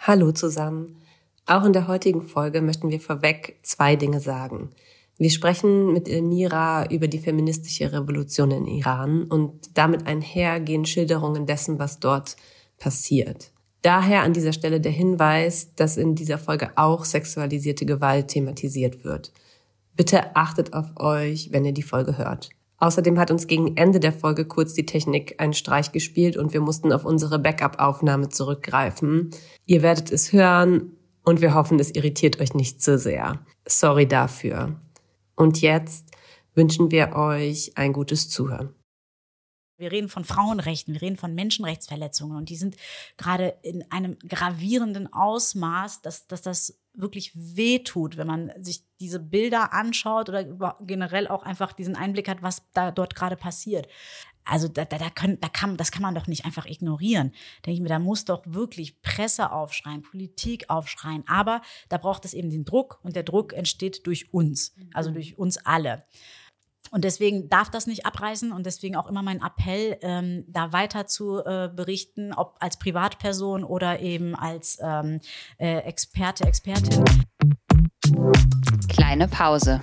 Hallo zusammen. Auch in der heutigen Folge möchten wir vorweg 2 Dinge sagen. Wir sprechen mit Elmira über die feministische Revolution in Iran und damit einhergehen Schilderungen dessen, was dort passiert. Daher an dieser Stelle der Hinweis, dass in dieser Folge auch sexualisierte Gewalt thematisiert wird. Bitte achtet auf euch, wenn ihr die Folge hört. Außerdem hat uns gegen Ende der Folge kurz die Technik einen Streich gespielt und wir mussten auf unsere Backup-Aufnahme zurückgreifen. Ihr werdet es hören und wir hoffen, es irritiert euch nicht zu sehr. Sorry dafür. Und jetzt wünschen wir euch ein gutes Zuhören. Wir reden von Frauenrechten, wir reden von Menschenrechtsverletzungen und die sind gerade in einem gravierenden Ausmaß, dass das wirklich wehtut, wenn man sich diese Bilder anschaut oder generell auch einfach diesen Einblick hat, was da dort gerade passiert. Also das kann man doch nicht einfach ignorieren. Denke ich mir, da muss doch wirklich Presse aufschreien, Politik aufschreien. Aber da braucht es eben den Druck und der Druck entsteht durch uns, also durch uns alle. Und deswegen darf das nicht abreißen und deswegen auch immer mein Appell, da weiter zu berichten, ob als Privatperson oder eben als Expertin. Kleine Pause.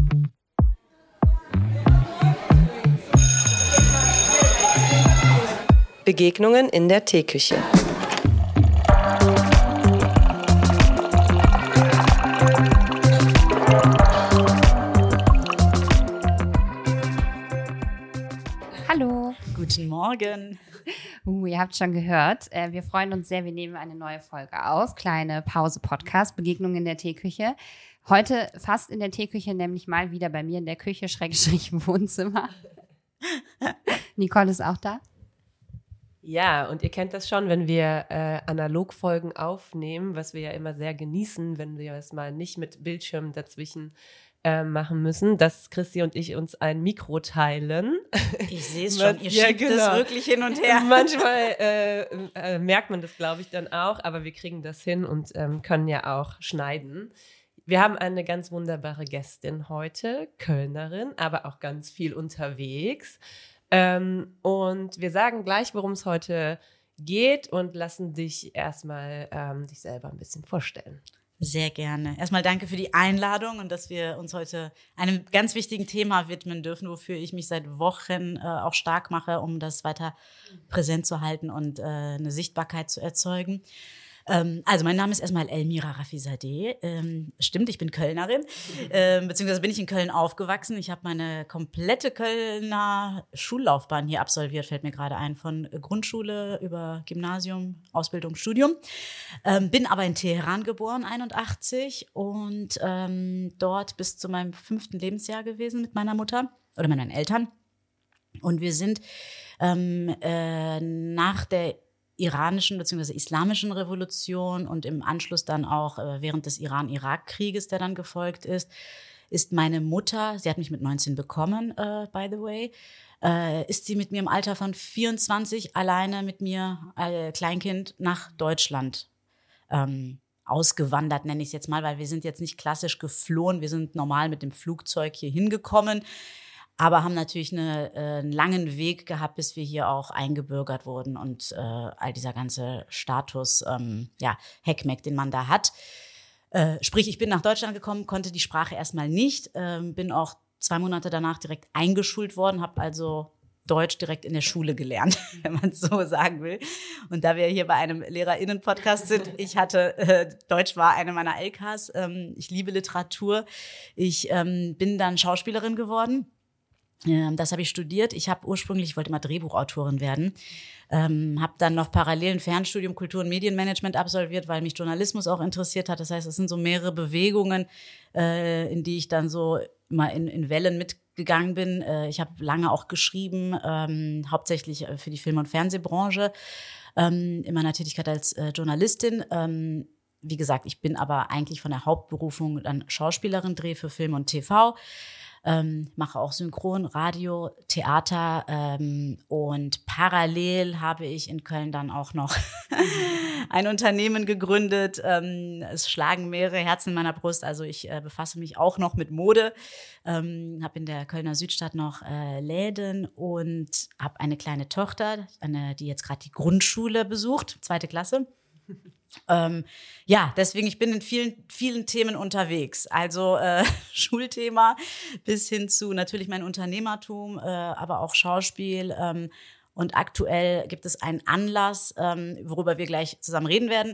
Begegnungen in der Teeküche. Hallo. Guten Morgen. Ihr habt schon gehört, wir freuen uns sehr, wir nehmen eine neue Folge auf. Kleine Pause-Podcast, Begegnungen in der Teeküche. Heute fast in der Teeküche, nämlich mal wieder bei mir in der Küche, Wohnzimmer. Nicole ist auch da. Ja, und ihr kennt das schon, wenn wir Analogfolgen aufnehmen, was wir ja immer sehr genießen, wenn wir es mal nicht mit Bildschirmen dazwischen machen müssen, dass Christi und ich uns ein Mikro teilen. Ich sehe es schon, ihr schiebt es wirklich hin und her. Manchmal merkt man das, glaube ich, dann auch, aber wir kriegen das hin und können ja auch schneiden. Wir haben eine ganz wunderbare Gästin heute, Kölnerin, aber auch ganz viel unterwegs. Und wir sagen gleich, worum es heute geht und lassen dich erstmal dich selber ein bisschen vorstellen. Sehr gerne. Erstmal danke für die Einladung und dass wir uns heute einem ganz wichtigen Thema widmen dürfen, wofür ich mich seit Wochen auch stark mache, um das weiter präsent zu halten und eine Sichtbarkeit zu erzeugen. Also mein Name ist erstmal Elmira Rafizadeh. Stimmt, ich bin Kölnerin, beziehungsweise bin ich in Köln aufgewachsen. Ich habe meine komplette Kölner Schullaufbahn hier absolviert, fällt mir gerade ein, von Grundschule über Gymnasium, Ausbildung, Studium. Bin aber in Teheran geboren, 81, und dort bis zu meinem 5. Lebensjahr gewesen mit meiner Mutter oder meinen Eltern. Und wir sind nach der iranischen bzw. islamischen Revolution und im Anschluss dann auch während des Iran-Irak-Krieges, der dann gefolgt ist meine Mutter, sie hat mich mit 19 bekommen, by the way, ist sie mit mir im Alter von 24 alleine mit mir, Kleinkind, nach Deutschland ausgewandert, nenne ich es jetzt mal, weil wir sind jetzt nicht klassisch geflohen, wir sind normal mit dem Flugzeug hier hingekommen, aber haben natürlich einen langen Weg gehabt, bis wir hier auch eingebürgert wurden und all dieser ganze Status, Heckmeck, den man da hat. Sprich, ich bin nach Deutschland gekommen, konnte die Sprache erstmal nicht, bin auch 2 Monate danach direkt eingeschult worden, habe also Deutsch direkt in der Schule gelernt, wenn man es so sagen will. Und da wir hier bei einem LehrerInnen-Podcast sind, Deutsch war eine meiner LKs, ich liebe Literatur, ich bin dann Schauspielerin geworden. Das habe ich studiert. Ich wollte mal Drehbuchautorin werden. Habe dann noch parallel ein Fernstudium Kultur- und Medienmanagement absolviert, weil mich Journalismus auch interessiert hat. Das heißt, es sind so mehrere Bewegungen, in die ich dann so immer in Wellen mitgegangen bin. Ich habe lange auch geschrieben, hauptsächlich für die Film- und Fernsehbranche, in meiner Tätigkeit als Journalistin. Wie gesagt, ich bin aber eigentlich von der Hauptberufung dann Schauspielerin, drehe für Film und TV. Mache auch Synchron, Radio, Theater und parallel habe ich in Köln dann auch noch ein Unternehmen gegründet. Es schlagen mehrere Herzen in meiner Brust, also ich befasse mich auch noch mit Mode, habe in der Kölner Südstadt noch Läden und habe eine kleine Tochter, die jetzt gerade die Grundschule besucht, 2. Klasse. Ja, deswegen, ich bin in vielen, vielen Themen unterwegs. Also Schulthema bis hin zu natürlich mein Unternehmertum, aber auch Schauspiel. Und aktuell gibt es einen Anlass, worüber wir gleich zusammen reden werden.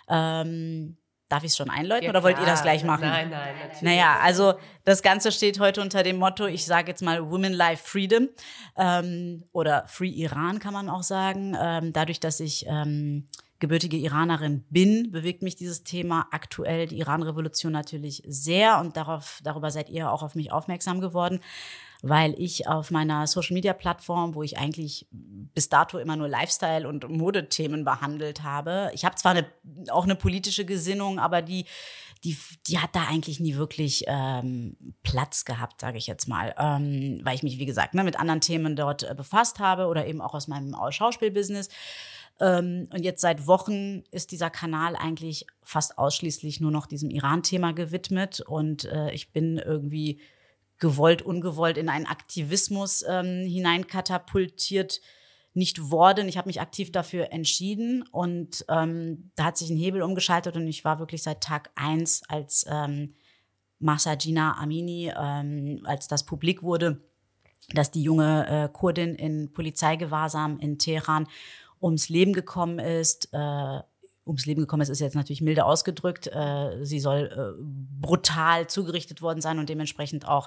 Darf ich es schon einläuten oder wollt ihr das gleich machen? Nein, natürlich. Naja, also das Ganze steht heute unter dem Motto, ich sage jetzt mal Women Life Freedom oder Free Iran kann man auch sagen. Dadurch, dass ich gebürtige Iranerin bin, bewegt mich dieses Thema aktuell, die Iran-Revolution natürlich sehr und darüber seid ihr auch auf mich aufmerksam geworden, weil ich auf meiner Social-Media-Plattform, wo ich eigentlich bis dato immer nur Lifestyle- und Modethemen behandelt habe, ich habe zwar auch eine politische Gesinnung, aber die hat da eigentlich nie wirklich Platz gehabt, sage ich jetzt mal, weil ich mich, wie gesagt, mit anderen Themen dort befasst habe oder eben auch aus meinem Schauspielbusiness. Und jetzt seit Wochen ist dieser Kanal eigentlich fast ausschließlich nur noch diesem Iran-Thema gewidmet und ich bin irgendwie gewollt, ungewollt in einen Aktivismus hineinkatapultiert nicht worden. Ich habe mich aktiv dafür entschieden und da hat sich ein Hebel umgeschaltet und ich war wirklich seit Tag 1, als Mahsa Jina Amini, als das publik wurde, dass die junge Kurdin in Polizeigewahrsam in Teheran ums Leben gekommen ist. Ums Leben gekommen ist jetzt natürlich milde ausgedrückt. Sie soll brutal zugerichtet worden sein und dementsprechend auch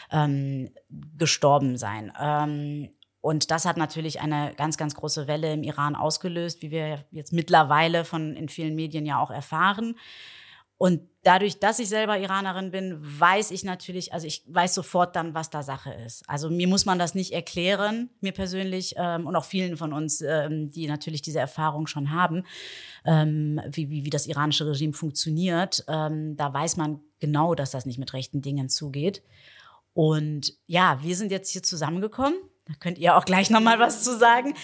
gestorben sein. Und das hat natürlich eine ganz, ganz große Welle im Iran ausgelöst, wie wir jetzt mittlerweile in vielen Medien ja auch erfahren. Und dadurch, dass ich selber Iranerin bin, weiß ich natürlich, also ich weiß sofort dann, was da Sache ist. Also mir muss man das nicht erklären, mir persönlich und auch vielen von uns, die natürlich diese Erfahrung schon haben, wie das iranische Regime funktioniert. Da weiß man genau, dass das nicht mit rechten Dingen zugeht. Und ja, wir sind jetzt hier zusammengekommen. Da könnt ihr auch gleich nochmal was zu sagen,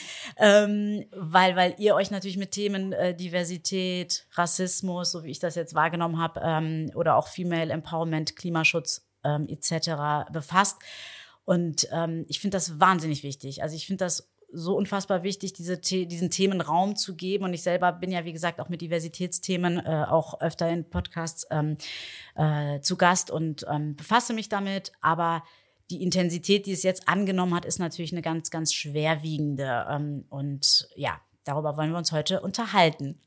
weil ihr euch natürlich mit Themen Diversität, Rassismus, so wie ich das jetzt wahrgenommen habe, oder auch Female Empowerment, Klimaschutz etc. befasst. Und ich finde das wahnsinnig wichtig. Also ich finde das so unfassbar wichtig, diesen Themen Raum zu geben. Und ich selber bin ja, wie gesagt, auch mit Diversitätsthemen auch öfter in Podcasts zu Gast und befasse mich damit. Aber die Intensität, die es jetzt angenommen hat, ist natürlich eine ganz, ganz schwerwiegende. Und ja, darüber wollen wir uns heute unterhalten.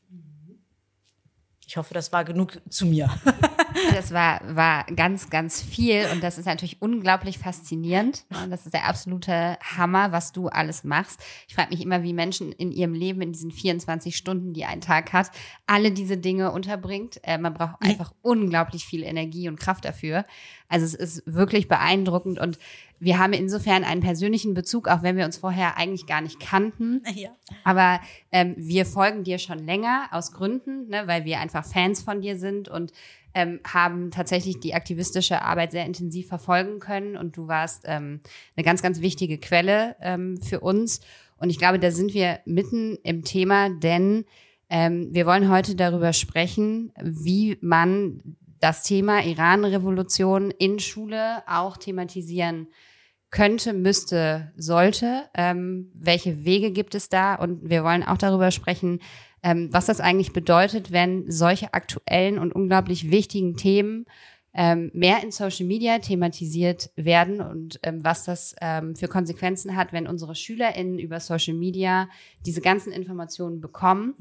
Ich hoffe, das war genug zu mir. Das war ganz, ganz viel und das ist natürlich unglaublich faszinierend. Das ist der absolute Hammer, was du alles machst. Ich frage mich immer, wie Menschen in ihrem Leben in diesen 24 Stunden, die ein Tag hat, alle diese Dinge unterbringt. Man braucht einfach unglaublich viel Energie und Kraft dafür. Also es ist wirklich beeindruckend und wir haben insofern einen persönlichen Bezug, auch wenn wir uns vorher eigentlich gar nicht kannten. Ja. Aber wir folgen dir schon länger aus Gründen, ne, weil wir einfach Fans von dir sind und haben tatsächlich die aktivistische Arbeit sehr intensiv verfolgen können. Und du warst eine ganz, ganz wichtige Quelle für uns. Und ich glaube, da sind wir mitten im Thema, denn wir wollen heute darüber sprechen, wie man das Thema Iran-Revolution in Schule auch thematisieren könnte, müsste, sollte. Welche Wege gibt es da? Und wir wollen auch darüber sprechen, was das eigentlich bedeutet, wenn solche aktuellen und unglaublich wichtigen Themen mehr in Social Media thematisiert werden und was das für Konsequenzen hat, wenn unsere SchülerInnen über Social Media diese ganzen Informationen bekommen.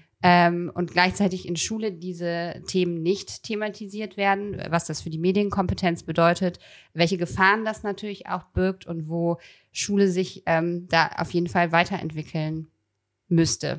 Und gleichzeitig in Schule diese Themen nicht thematisiert werden, was das für die Medienkompetenz bedeutet, welche Gefahren das natürlich auch birgt und wo Schule sich da auf jeden Fall weiterentwickeln müsste.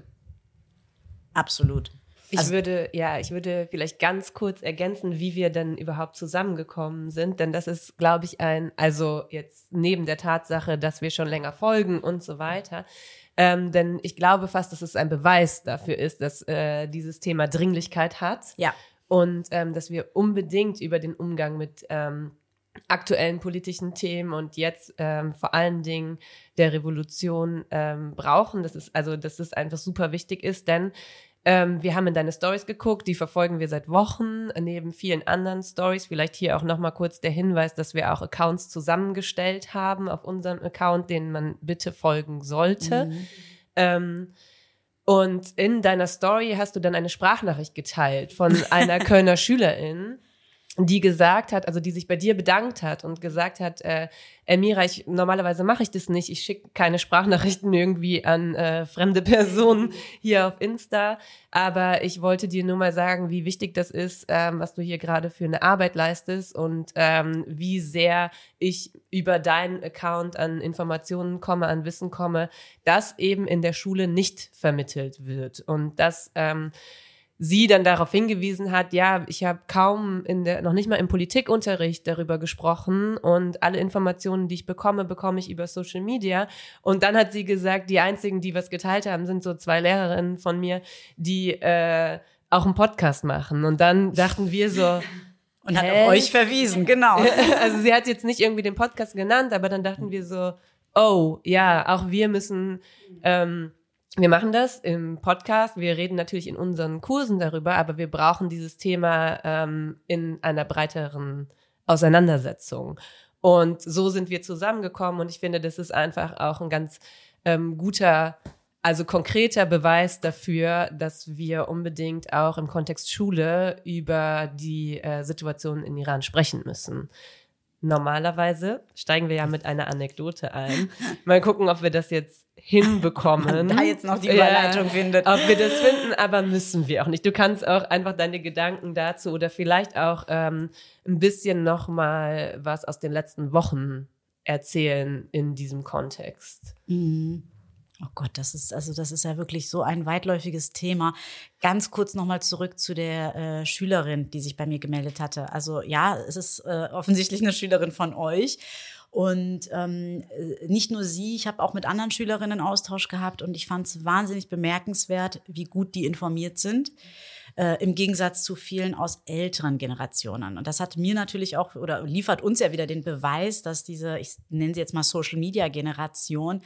Absolut. Ich würde vielleicht ganz kurz ergänzen, wie wir denn überhaupt zusammengekommen sind, denn das ist, glaube ich, also jetzt neben der Tatsache, dass wir schon länger folgen und so weiter, denn ich glaube fast, dass es ein Beweis dafür ist, dass dieses Thema Dringlichkeit hat. Ja. Und dass wir unbedingt über den Umgang mit aktuellen politischen Themen und jetzt vor allen Dingen der Revolution brauchen. Das ist einfach super wichtig ist, denn wir haben in deine Stories geguckt, die verfolgen wir seit Wochen, neben vielen anderen Stories. Vielleicht hier auch nochmal kurz der Hinweis, dass wir auch Accounts zusammengestellt haben auf unserem Account, denen man bitte folgen sollte. Und in deiner Story hast du dann eine Sprachnachricht geteilt von einer Kölner Schülerin, die gesagt hat, also die sich bei dir bedankt hat und gesagt hat, Mira, normalerweise mache ich das nicht, ich schicke keine Sprachnachrichten irgendwie an fremde Personen hier auf Insta, aber ich wollte dir nur mal sagen, wie wichtig das ist, was du hier gerade für eine Arbeit leistest und wie sehr ich über deinen Account an Informationen komme, an Wissen komme, das eben in der Schule nicht vermittelt wird und das sie dann darauf hingewiesen hat, ja, ich habe kaum noch nicht mal im Politikunterricht darüber gesprochen und alle Informationen, die ich bekomme ich über Social Media. Und dann hat sie gesagt, die einzigen, die was geteilt haben, sind so 2 Lehrerinnen von mir, die auch einen Podcast machen. Und dann dachten wir so, und hat auf euch verwiesen, genau. Also sie hat jetzt nicht irgendwie den Podcast genannt, aber dann dachten wir so, oh, ja, auch wir müssen wir machen das im Podcast, wir reden natürlich in unseren Kursen darüber, aber wir brauchen dieses Thema in einer breiteren Auseinandersetzung. Und so sind wir zusammengekommen und ich finde, das ist einfach auch ein ganz guter, also konkreter Beweis dafür, dass wir unbedingt auch im Kontext Schule über die Situation in Iran sprechen müssen. Normalerweise steigen wir ja mit einer Anekdote ein. Mal gucken, ob wir das jetzt hinbekommen. Da jetzt noch die Überleitung findet. Ob wir das finden, aber müssen wir auch nicht. Du kannst auch einfach deine Gedanken dazu oder vielleicht auch ein bisschen nochmal was aus den letzten Wochen erzählen in diesem Kontext. Mhm. Oh Gott, das ist ja wirklich so ein weitläufiges Thema. Ganz kurz nochmal zurück zu der Schülerin, die sich bei mir gemeldet hatte. Also ja, es ist offensichtlich eine Schülerin von euch. Und nicht nur sie, ich habe auch mit anderen Schülerinnen Austausch gehabt und ich fand es wahnsinnig bemerkenswert, wie gut die informiert sind. Im Gegensatz zu vielen aus älteren Generationen. Und das hat mir natürlich auch oder liefert uns ja wieder den Beweis, dass diese, ich nenne sie jetzt mal Social-Media-Generation,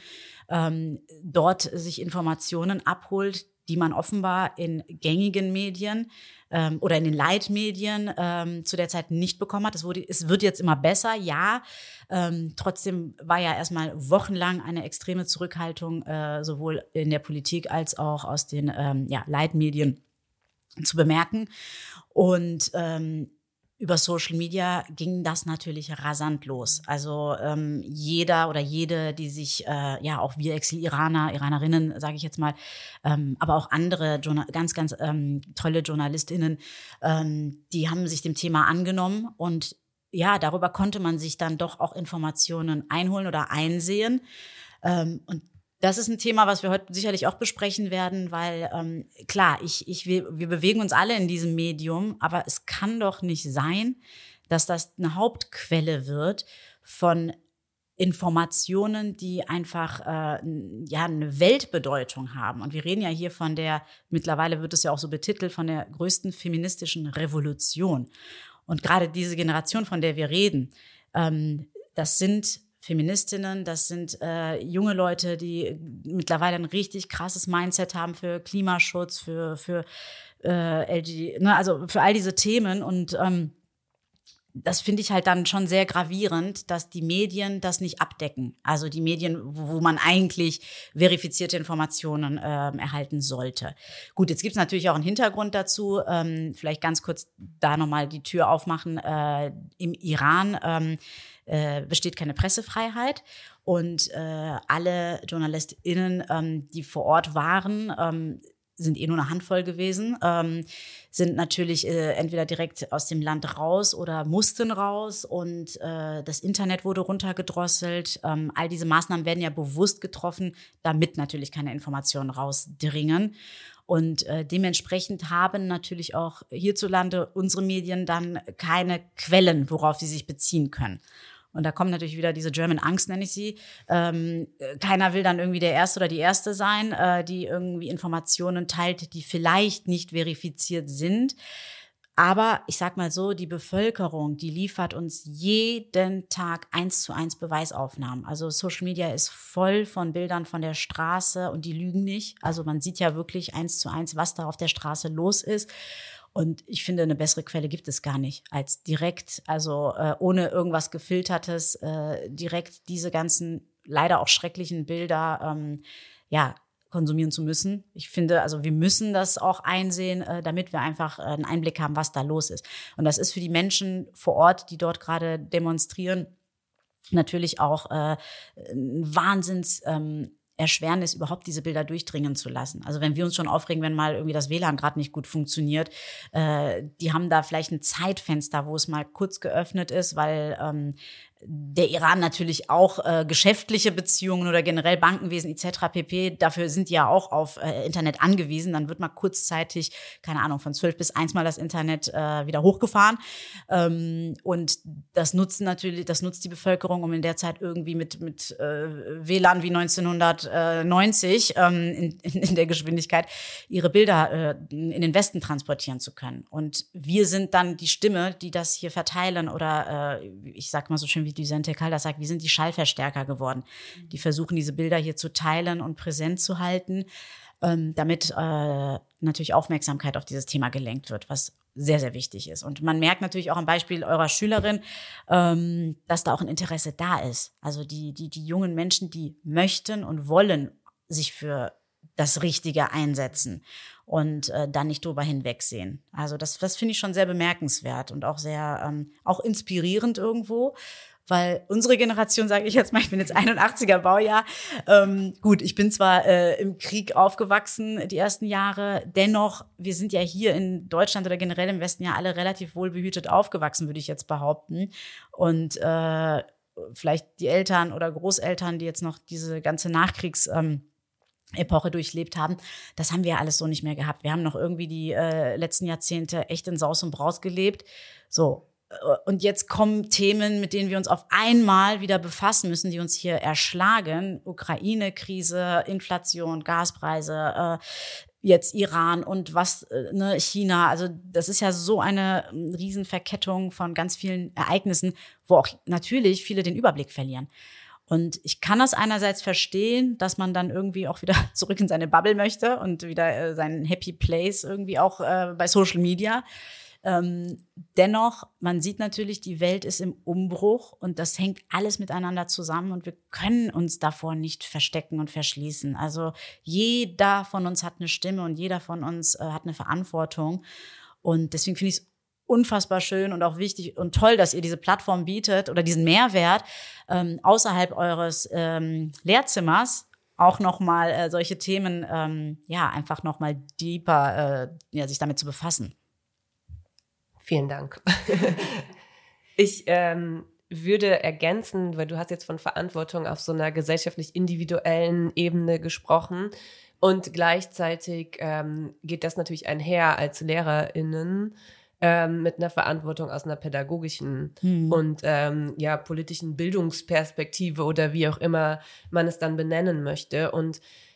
dort sich Informationen abholt, die man offenbar in gängigen Medien oder in den Leitmedien zu der Zeit nicht bekommen hat. Es wird jetzt immer besser, ja. Trotzdem war ja erstmal wochenlang eine extreme Zurückhaltung, sowohl in der Politik als auch aus den Leitmedien zu bemerken. Und über Social Media ging das natürlich rasant los. Also jeder oder jede, die sich, auch wir Exil-Iraner, Iranerinnen, sage ich jetzt mal, aber auch andere ganz, ganz tolle JournalistInnen, die haben sich dem Thema angenommen und ja, darüber konnte man sich dann doch auch Informationen einholen oder einsehen. Und das ist ein Thema, was wir heute sicherlich auch besprechen werden, weil klar, wir bewegen uns alle in diesem Medium, aber es kann doch nicht sein, dass das eine Hauptquelle wird von Informationen, die einfach eine Weltbedeutung haben. Und wir reden ja hier mittlerweile wird es ja auch so betitelt, von der größten feministischen Revolution. Und gerade diese Generation, von der wir reden, das sind Feministinnen, das sind junge Leute, die mittlerweile ein richtig krasses Mindset haben für Klimaschutz, für LG, also für all diese Themen. Und das finde ich halt dann schon sehr gravierend, dass die Medien das nicht abdecken. Also die Medien, wo man eigentlich verifizierte Informationen erhalten sollte. Gut, jetzt gibt es natürlich auch einen Hintergrund dazu. Vielleicht ganz kurz da nochmal die Tür aufmachen. Im Iran besteht keine Pressefreiheit und alle JournalistInnen, die vor Ort waren, sind nur eine Handvoll gewesen, sind natürlich entweder direkt aus dem Land raus oder mussten raus und das Internet wurde runtergedrosselt. All diese Maßnahmen werden ja bewusst getroffen, damit natürlich keine Informationen rausdringen. Und dementsprechend haben natürlich auch hierzulande unsere Medien dann keine Quellen, worauf sie sich beziehen können. Und da kommt natürlich wieder diese German Angst, nenne ich sie. Keiner will dann irgendwie der Erste oder die Erste sein, die irgendwie Informationen teilt, die vielleicht nicht verifiziert sind. Aber ich sag mal so, die Bevölkerung, die liefert uns jeden Tag 1:1 Beweisaufnahmen. Also Social Media ist voll von Bildern von der Straße und die lügen nicht. Also man sieht ja wirklich 1:1, was da auf der Straße los ist. Und ich finde, eine bessere Quelle gibt es gar nicht als direkt, also ohne irgendwas Gefiltertes, direkt diese ganzen leider auch schrecklichen Bilder konsumieren zu müssen. Ich finde, also wir müssen das auch einsehen, damit wir einfach einen Einblick haben, was da los ist. Und das ist für die Menschen vor Ort, die dort gerade demonstrieren, natürlich auch ein Wahnsinns Erschwernis, überhaupt diese Bilder durchdringen zu lassen. Also wenn wir uns schon aufregen, wenn mal irgendwie das WLAN gerade nicht gut funktioniert, die haben da vielleicht ein Zeitfenster, wo es mal kurz geöffnet ist, weil der Iran natürlich auch geschäftliche Beziehungen oder generell Bankenwesen etc. pp. Dafür sind die ja auch auf Internet angewiesen. Dann wird mal kurzzeitig, keine Ahnung, von 12 bis 1 mal das Internet wieder hochgefahren. Und das nutzt die Bevölkerung, um in der Zeit irgendwie mit WLAN wie 1990 in der Geschwindigkeit ihre Bilder in den Westen transportieren zu können. Und wir sind dann die Stimme, die das hier verteilen oder ich sag mal so schön wie Vicente Caldas sagt, wir sind die Schallverstärker geworden. Die versuchen, diese Bilder hier zu teilen und präsent zu halten, damit natürlich Aufmerksamkeit auf dieses Thema gelenkt wird, was sehr, sehr wichtig ist. Und man merkt natürlich auch am Beispiel eurer Schülerin, dass da auch ein Interesse da ist. Also die jungen Menschen, die möchten und wollen sich für das Richtige einsetzen und dann nicht drüber hinwegsehen. Also das finde ich schon sehr bemerkenswert und auch sehr auch inspirierend irgendwo, weil unsere Generation, sage ich jetzt mal, ich bin jetzt 81er Baujahr, gut, ich bin zwar im Krieg aufgewachsen die ersten Jahre, dennoch, wir sind ja hier in Deutschland oder generell im Westen ja alle relativ wohlbehütet aufgewachsen, würde ich jetzt behaupten. Und vielleicht die Eltern oder Großeltern, die jetzt noch diese ganze Epoche durchlebt haben, das haben wir alles so nicht mehr gehabt. Wir haben noch irgendwie die letzten Jahrzehnte echt in Saus und Braus gelebt. So, und jetzt kommen Themen, mit denen wir uns auf einmal wieder befassen müssen, die uns hier erschlagen. Ukraine-Krise, Inflation, Gaspreise, jetzt Iran und China. Also das ist ja so eine Riesenverkettung von ganz vielen Ereignissen, wo auch natürlich viele den Überblick verlieren. Und ich kann das einerseits verstehen, dass man dann irgendwie auch wieder zurück in seine Bubble möchte und wieder seinen Happy Place irgendwie auch bei Social Media. Dennoch, man sieht natürlich, die Welt ist im Umbruch und das hängt alles miteinander zusammen und wir können uns davor nicht verstecken und verschließen. Also jeder von uns hat eine Stimme und jeder von uns hat eine Verantwortung und deswegen finde ich es unfassbar schön und auch wichtig und toll, dass ihr diese Plattform bietet oder diesen Mehrwert außerhalb eures Lehrzimmers auch nochmal solche Themen einfach nochmal deeper sich damit zu befassen. Vielen Dank. Ich würde ergänzen, weil du hast jetzt von Verantwortung auf so einer gesellschaftlich individuellen Ebene gesprochen und gleichzeitig geht das natürlich einher als LehrerInnen mit einer Verantwortung aus einer pädagogischen und politischen Bildungsperspektive oder wie auch immer man es dann benennen möchte. Und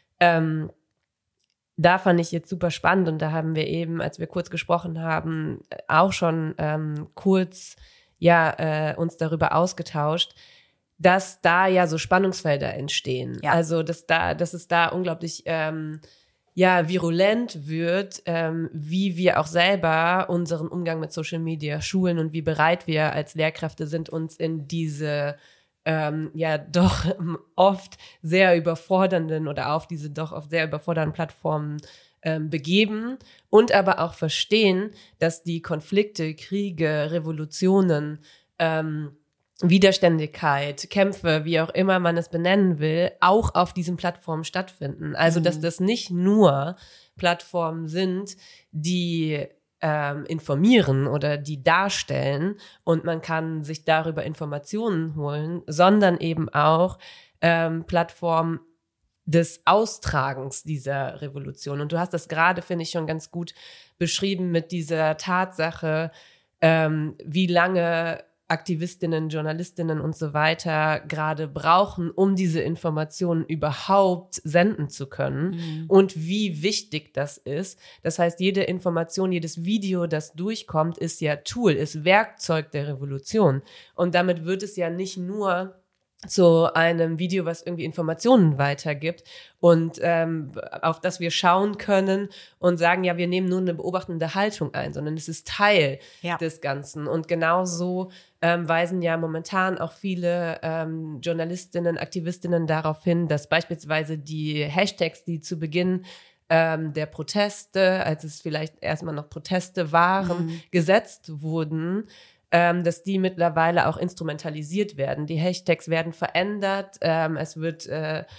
da fand ich jetzt super spannend und da haben wir eben, als wir kurz gesprochen haben, auch schon kurz uns darüber ausgetauscht, dass da ja so Spannungsfelder entstehen. Ja. Also dass es da unglaublich virulent wird, wie wir auch selber unseren Umgang mit Social Media schulen und wie bereit wir als Lehrkräfte sind, uns in diese doch oft sehr überfordernden oder auf diese doch oft sehr überfordernden Plattformen begeben und aber auch verstehen, dass die Konflikte, Kriege, Revolutionen, Widerständigkeit, Kämpfe, wie auch immer man es benennen will, auch auf diesen Plattformen stattfinden. Also, dass das nicht nur Plattformen sind, die informieren oder die darstellen und man kann sich darüber Informationen holen, sondern eben auch Plattformen des Austragens dieser Revolution. Und du hast das gerade, finde ich, schon ganz gut beschrieben mit dieser Tatsache, wie lange Aktivistinnen, Journalistinnen und so weiter gerade brauchen, um diese Informationen überhaupt senden zu können und wie wichtig das ist. Das heißt, jede Information, jedes Video, das durchkommt, ist ja Tool, ist Werkzeug der Revolution. Und damit wird es ja nicht nur zu einem Video, was irgendwie Informationen weitergibt und auf das wir schauen können und sagen, ja, wir nehmen nur eine beobachtende Haltung ein, sondern es ist Teil des Ganzen. Und genauso weisen ja momentan auch viele Journalistinnen, Aktivistinnen darauf hin, dass beispielsweise die Hashtags, die zu Beginn der Proteste, als es vielleicht erstmal noch Proteste waren, gesetzt wurden, dass die mittlerweile auch instrumentalisiert werden. Die Hashtags werden verändert, es wird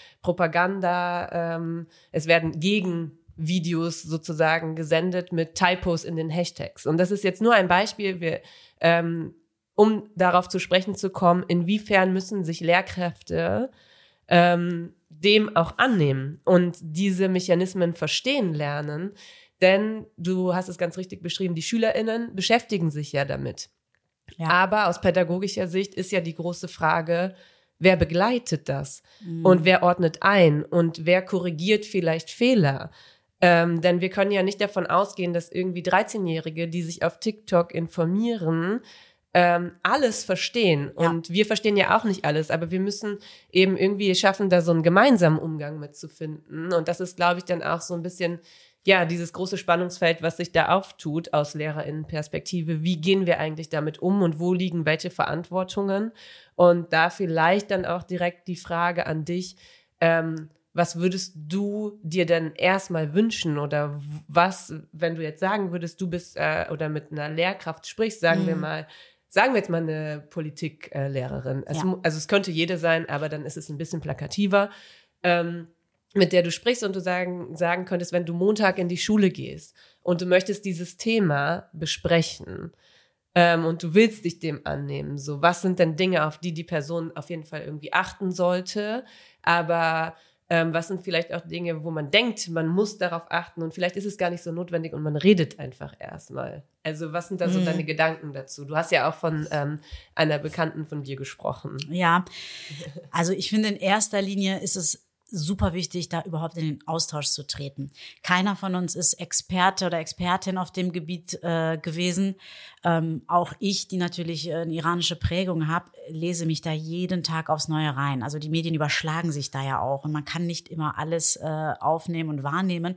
Propaganda, es werden Gegenvideos sozusagen gesendet mit Typos in den Hashtags. Und das ist jetzt nur ein Beispiel, um darauf zu sprechen zu kommen, inwiefern müssen sich Lehrkräfte dem auch annehmen und diese Mechanismen verstehen lernen. Denn du hast es ganz richtig beschrieben, die SchülerInnen beschäftigen sich ja damit. Ja. Aber aus pädagogischer Sicht ist ja die große Frage, wer begleitet das? Und wer ordnet ein? Und wer korrigiert vielleicht Fehler? Denn wir können ja nicht davon ausgehen, dass irgendwie 13-Jährige, die sich auf TikTok informieren, alles verstehen. Ja. Und wir verstehen ja auch nicht alles, aber wir müssen eben irgendwie schaffen, da so einen gemeinsamen Umgang mitzufinden. Und das ist, glaube ich, dann auch so ein bisschen dieses große Spannungsfeld, was sich da auftut aus LehrerInnenperspektive. Wie gehen wir eigentlich damit um und wo liegen welche Verantwortungen? Und da vielleicht dann auch direkt die Frage an dich, was würdest du dir denn erstmal wünschen oder was, wenn du jetzt sagen würdest, du bist oder mit einer Lehrkraft sprichst, sagen wir jetzt mal eine Politiklehrerin. Also es könnte jede sein, aber dann ist es ein bisschen plakativer. Mit der du sprichst und du sagen könntest, wenn du Montag in die Schule gehst und du möchtest dieses Thema besprechen und du willst dich dem annehmen, so was sind denn Dinge, auf die Person auf jeden Fall irgendwie achten sollte, aber was sind vielleicht auch Dinge, wo man denkt, man muss darauf achten und vielleicht ist es gar nicht so notwendig und man redet einfach erstmal. Also was sind da so deine Gedanken dazu? Du hast ja auch von einer Bekannten von dir gesprochen. Ja, also ich finde, in erster Linie ist es super wichtig, da überhaupt in den Austausch zu treten. Keiner von uns ist Experte oder Expertin auf dem Gebiet gewesen. Auch ich, die natürlich eine iranische Prägung habe, lese mich da jeden Tag aufs Neue rein. Also die Medien überschlagen sich da ja auch und man kann nicht immer alles aufnehmen und wahrnehmen.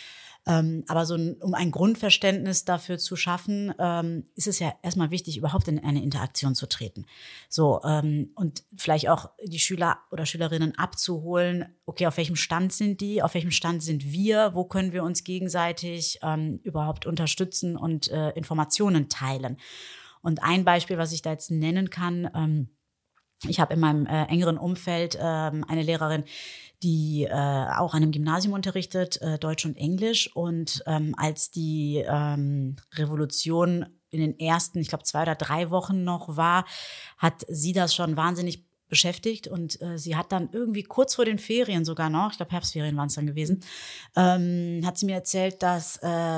Aber um ein Grundverständnis dafür zu schaffen, ist es ja erstmal wichtig, überhaupt in eine Interaktion zu treten. So, und vielleicht auch die Schüler oder Schülerinnen abzuholen, okay, auf welchem Stand sind die, auf welchem Stand sind wir, wo können wir uns gegenseitig überhaupt unterstützen und Informationen teilen. Und ein Beispiel, was ich da jetzt nennen kann, ich habe in meinem engeren Umfeld eine Lehrerin, die auch an einem Gymnasium unterrichtet, Deutsch und Englisch. Und als die Revolution in den ersten, ich glaube 2 oder 3 Wochen noch war, hat sie das schon wahnsinnig beschäftigt und sie hat dann irgendwie kurz vor den Ferien sogar noch, ich glaube Herbstferien waren es dann gewesen, hat sie mir erzählt, dass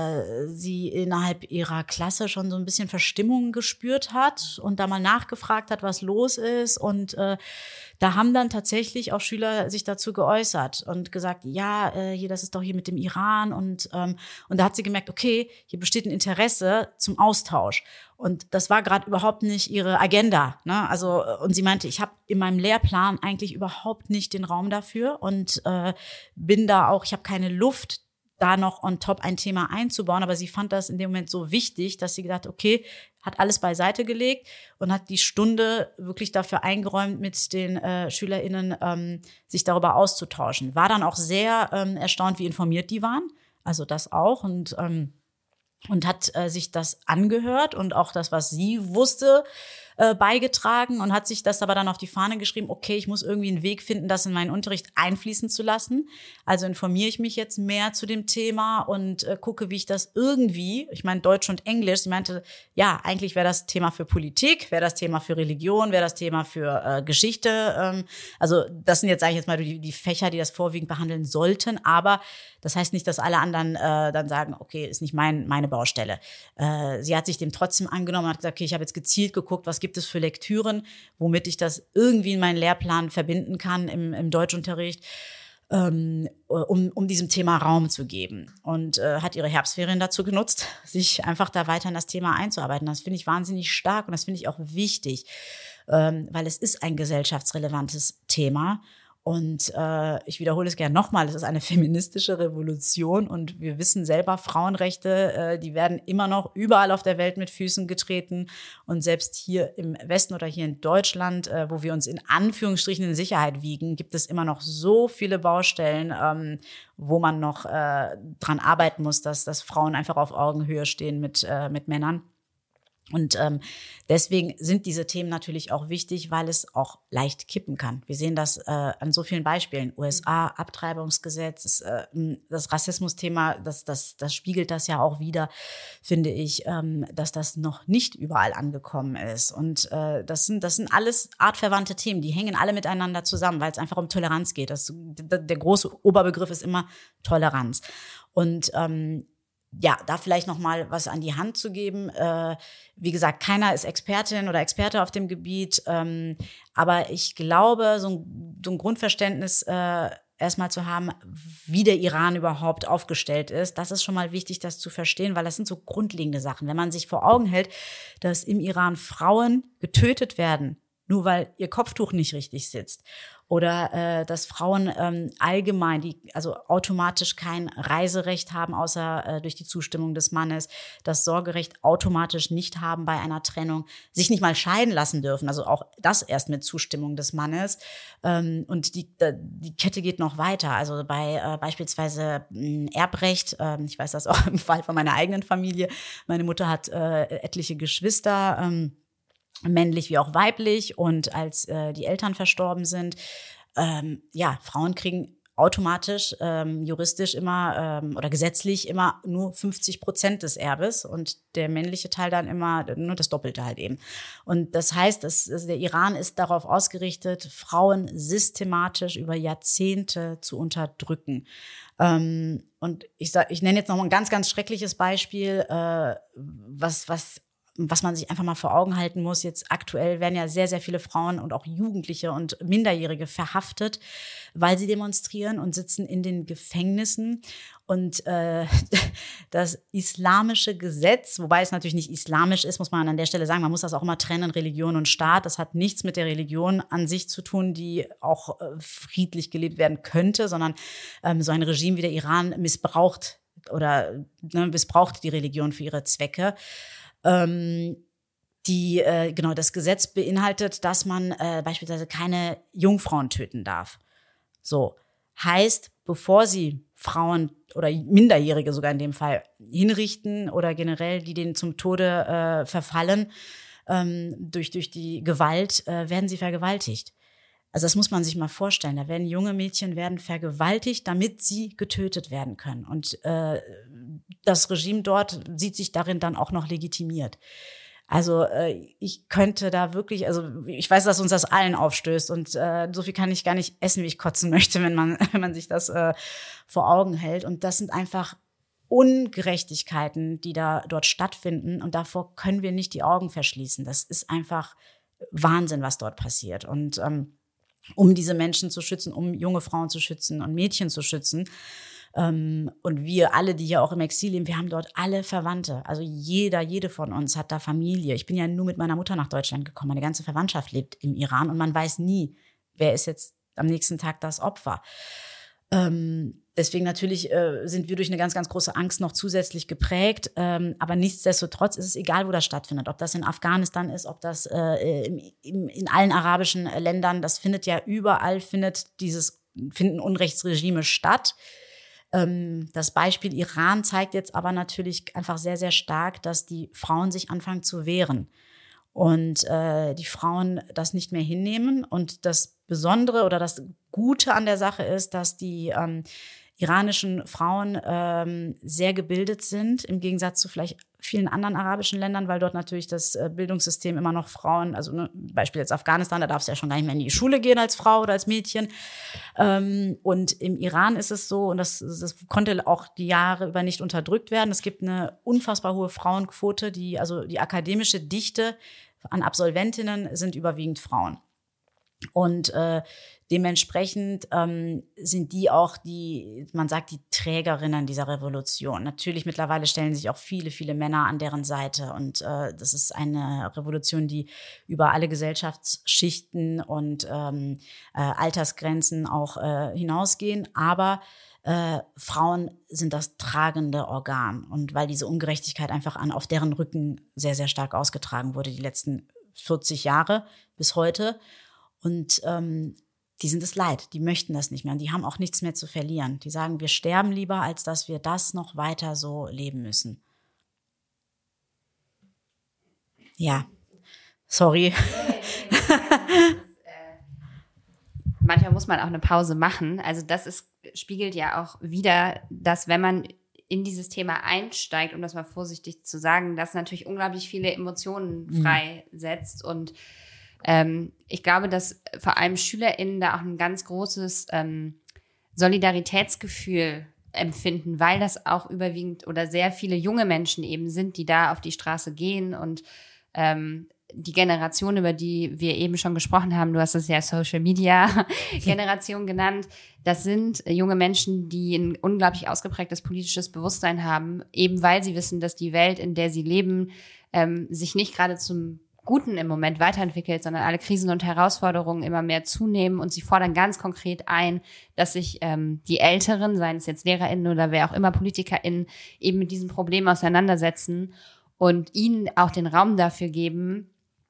sie innerhalb ihrer Klasse schon so ein bisschen Verstimmung gespürt hat und da mal nachgefragt hat, was los ist und da haben dann tatsächlich auch Schüler sich dazu geäußert und gesagt, ja, hier, das ist doch hier mit dem Iran und da hat sie gemerkt, okay, hier besteht ein Interesse zum Austausch. Und das war gerade überhaupt nicht ihre Agenda, ne? Also und sie meinte, ich habe in meinem Lehrplan eigentlich überhaupt nicht den Raum dafür und bin da auch, ich habe keine Luft, da noch on top ein Thema einzubauen. Aber sie fand das in dem Moment so wichtig, dass sie gedacht, okay, hat alles beiseite gelegt und hat die Stunde wirklich dafür eingeräumt, mit den SchülerInnen sich darüber auszutauschen. War dann auch sehr erstaunt, wie informiert die waren. Also das auch und hat sich das angehört und auch das, was sie wusste, beigetragen und hat sich das aber dann auf die Fahne geschrieben, okay, ich muss irgendwie einen Weg finden, das in meinen Unterricht einfließen zu lassen. Also informiere ich mich jetzt mehr zu dem Thema und gucke, wie ich das irgendwie, ich meine Deutsch und Englisch, sie meinte, ja, eigentlich wäre das Thema für Politik, wäre das Thema für Religion, wäre das Thema für Geschichte. Also das sind jetzt, sage ich jetzt mal, die Fächer, die das vorwiegend behandeln sollten, aber das heißt nicht, dass alle anderen dann sagen, okay, ist nicht meine Baustelle. Sie hat sich dem trotzdem angenommen und hat gesagt, okay, ich habe jetzt gezielt geguckt, was gibt es für Lektüren, womit ich das irgendwie in meinen Lehrplan verbinden kann im Deutschunterricht, um diesem Thema Raum zu geben. Und hat ihre Herbstferien dazu genutzt, sich einfach da weiter in das Thema einzuarbeiten. Das finde ich wahnsinnig stark und das finde ich auch wichtig. weil es ist ein gesellschaftsrelevantes Thema. Und ich wiederhole es gerne nochmal, es ist eine feministische Revolution und wir wissen selber, Frauenrechte, die werden immer noch überall auf der Welt mit Füßen getreten. Und selbst hier im Westen oder hier in Deutschland, wo wir uns in Anführungsstrichen in Sicherheit wiegen, gibt es immer noch so viele Baustellen, wo man noch dran arbeiten muss, dass Frauen einfach auf Augenhöhe stehen mit Männern. Und deswegen sind diese Themen natürlich auch wichtig, weil es auch leicht kippen kann. Wir sehen das an so vielen Beispielen. USA, Abtreibungsgesetz, das Rassismusthema, das spiegelt das ja auch wieder, finde ich, dass das noch nicht überall angekommen ist. Und das sind alles artverwandte Themen, die hängen alle miteinander zusammen, weil es einfach um Toleranz geht. Der große Oberbegriff ist immer Toleranz. Und ja, da vielleicht noch mal was an die Hand zu geben. Wie gesagt, keiner ist Expertin oder Experte auf dem Gebiet, aber ich glaube, so ein Grundverständnis erstmal zu haben, wie der Iran überhaupt aufgestellt ist, das ist schon mal wichtig, das zu verstehen, weil das sind so grundlegende Sachen. Wenn man sich vor Augen hält, dass im Iran Frauen getötet werden, nur weil ihr Kopftuch nicht richtig sitzt. Oder dass Frauen allgemein, die also automatisch kein Reiserecht haben, außer durch die Zustimmung des Mannes, das Sorgerecht automatisch nicht haben bei einer Trennung, sich nicht mal scheiden lassen dürfen, also auch das erst mit Zustimmung des Mannes. Und die Kette geht noch weiter. Also bei beispielsweise Erbrecht, ich weiß das auch im Fall von meiner eigenen Familie, meine Mutter hat etliche Geschwister, männlich wie auch weiblich, und als die Eltern verstorben sind, Frauen kriegen automatisch juristisch immer oder gesetzlich immer nur 50% des Erbes und der männliche Teil dann immer nur das Doppelte halt eben. Und das heißt, der Iran ist darauf ausgerichtet, Frauen systematisch über Jahrzehnte zu unterdrücken. Und ich nenne jetzt noch mal ein ganz, ganz schreckliches Beispiel, was man sich einfach mal vor Augen halten muss. Jetzt aktuell werden ja sehr, sehr viele Frauen und auch Jugendliche und Minderjährige verhaftet, weil sie demonstrieren und sitzen in den Gefängnissen. Und das islamische Gesetz, wobei es natürlich nicht islamisch ist, muss man an der Stelle sagen, man muss das auch immer trennen, Religion und Staat. Das hat nichts mit der Religion an sich zu tun, die auch friedlich gelebt werden könnte, sondern so ein Regime wie der Iran missbraucht die Religion für ihre Zwecke. Das Gesetz beinhaltet, dass man beispielsweise keine Jungfrauen töten darf. So, heißt, bevor sie Frauen oder Minderjährige sogar in dem Fall hinrichten oder generell die denen zum Tode verfallen, durch die Gewalt, werden sie vergewaltigt. Also das muss man sich mal vorstellen. Da werden junge Mädchen vergewaltigt, damit sie getötet werden können. Und das Regime dort sieht sich darin dann auch noch legitimiert. Also ich könnte da wirklich, also ich weiß, dass uns das allen aufstößt und so viel kann ich gar nicht essen, wie ich kotzen möchte, wenn man sich das vor Augen hält. Und das sind einfach Ungerechtigkeiten, die dort stattfinden, und davor können wir nicht die Augen verschließen. Das ist einfach Wahnsinn, was dort passiert. Und um diese Menschen zu schützen, um junge Frauen zu schützen und Mädchen zu schützen. Und wir alle, die hier auch im Exil leben, wir haben dort alle Verwandte. Also jede von uns hat da Familie. Ich bin ja nur mit meiner Mutter nach Deutschland gekommen. Meine ganze Verwandtschaft lebt im Iran und man weiß nie, wer ist jetzt am nächsten Tag das Opfer. Deswegen natürlich sind wir durch eine ganz, ganz große Angst noch zusätzlich geprägt. Aber nichtsdestotrotz ist es egal, wo das stattfindet. Ob das in Afghanistan ist, ob das in allen arabischen Ländern, das findet ja überall, finden Unrechtsregime statt. Das Beispiel Iran zeigt jetzt aber natürlich einfach sehr, sehr stark, dass die Frauen sich anfangen zu wehren. Und die Frauen das nicht mehr hinnehmen. Und das Besondere oder das Gute an der Sache ist, dass die iranischen Frauen sehr gebildet sind, im Gegensatz zu vielleicht vielen anderen arabischen Ländern, weil dort natürlich das Bildungssystem immer noch Frauen, also Beispiel jetzt Afghanistan, da darfst du ja schon gar nicht mehr in die Schule gehen als Frau oder als Mädchen. Und im Iran ist es so, und das konnte auch die Jahre über nicht unterdrückt werden, es gibt eine unfassbar hohe Frauenquote, die akademische Dichte an Absolventinnen sind überwiegend Frauen. Und dementsprechend sind die auch man sagt, die Trägerinnen dieser Revolution. Natürlich mittlerweile stellen sich auch viele, viele Männer an deren Seite. Und das ist eine Revolution, die über alle Gesellschaftsschichten und Altersgrenzen auch hinausgehen. Aber Frauen sind das tragende Organ. Und weil diese Ungerechtigkeit einfach auf deren Rücken sehr, sehr stark ausgetragen wurde, die letzten 40 Jahre bis heute. Und die sind es leid, die möchten das nicht mehr und die haben auch nichts mehr zu verlieren. Die sagen, wir sterben lieber, als dass wir das noch weiter so leben müssen. Ja, sorry. Manchmal muss man auch eine Pause machen. Also spiegelt ja auch wieder, dass wenn man in dieses Thema einsteigt, um das mal vorsichtig zu sagen, das natürlich unglaublich viele Emotionen freisetzt. Und ich glaube, dass vor allem SchülerInnen da auch ein ganz großes Solidaritätsgefühl empfinden, weil das auch überwiegend oder sehr viele junge Menschen eben sind, die da auf die Straße gehen und die Generation, über die wir eben schon gesprochen haben, du hast es ja Social-Media-Generation genannt, das sind junge Menschen, die ein unglaublich ausgeprägtes politisches Bewusstsein haben, eben weil sie wissen, dass die Welt, in der sie leben, sich nicht gerade zum Guten im Moment weiterentwickelt, sondern alle Krisen und Herausforderungen immer mehr zunehmen und sie fordern ganz konkret ein, dass sich die Älteren, seien es jetzt LehrerInnen oder wer auch immer, PolitikerInnen, eben mit diesen Problemen auseinandersetzen und ihnen auch den Raum dafür geben,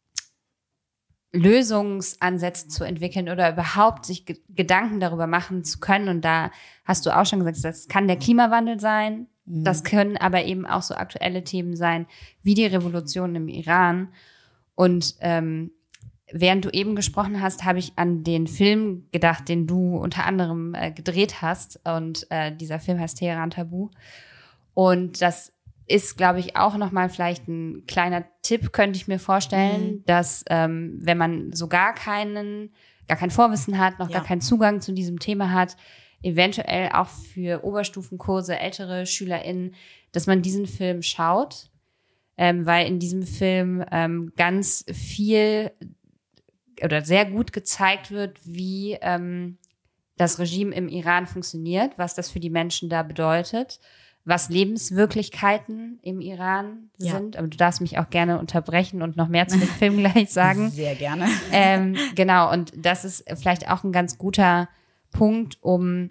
Lösungsansätze zu entwickeln oder überhaupt sich Gedanken darüber machen zu können. Und da hast du auch schon gesagt, das kann der Klimawandel sein, das können aber eben auch so aktuelle Themen sein, wie die Revolution im Iran. Und während du eben gesprochen hast, habe ich an den Film gedacht, den du unter anderem gedreht hast. Und dieser Film heißt Teheran Tabu. Und das ist, glaube ich, auch nochmal vielleicht ein kleiner Tipp, könnte ich mir vorstellen, dass wenn man so gar kein Vorwissen hat, noch gar keinen Zugang zu diesem Thema hat, eventuell auch für Oberstufenkurse, ältere SchülerInnen, dass man diesen Film schaut, weil in diesem Film ganz viel oder sehr gut gezeigt wird, wie das Regime im Iran funktioniert, was das für die Menschen da bedeutet, was Lebenswirklichkeiten im Iran sind. Aber du darfst mich auch gerne unterbrechen und noch mehr zu dem Film gleich sagen. Sehr gerne. Genau, und das ist vielleicht auch ein ganz guter Punkt, um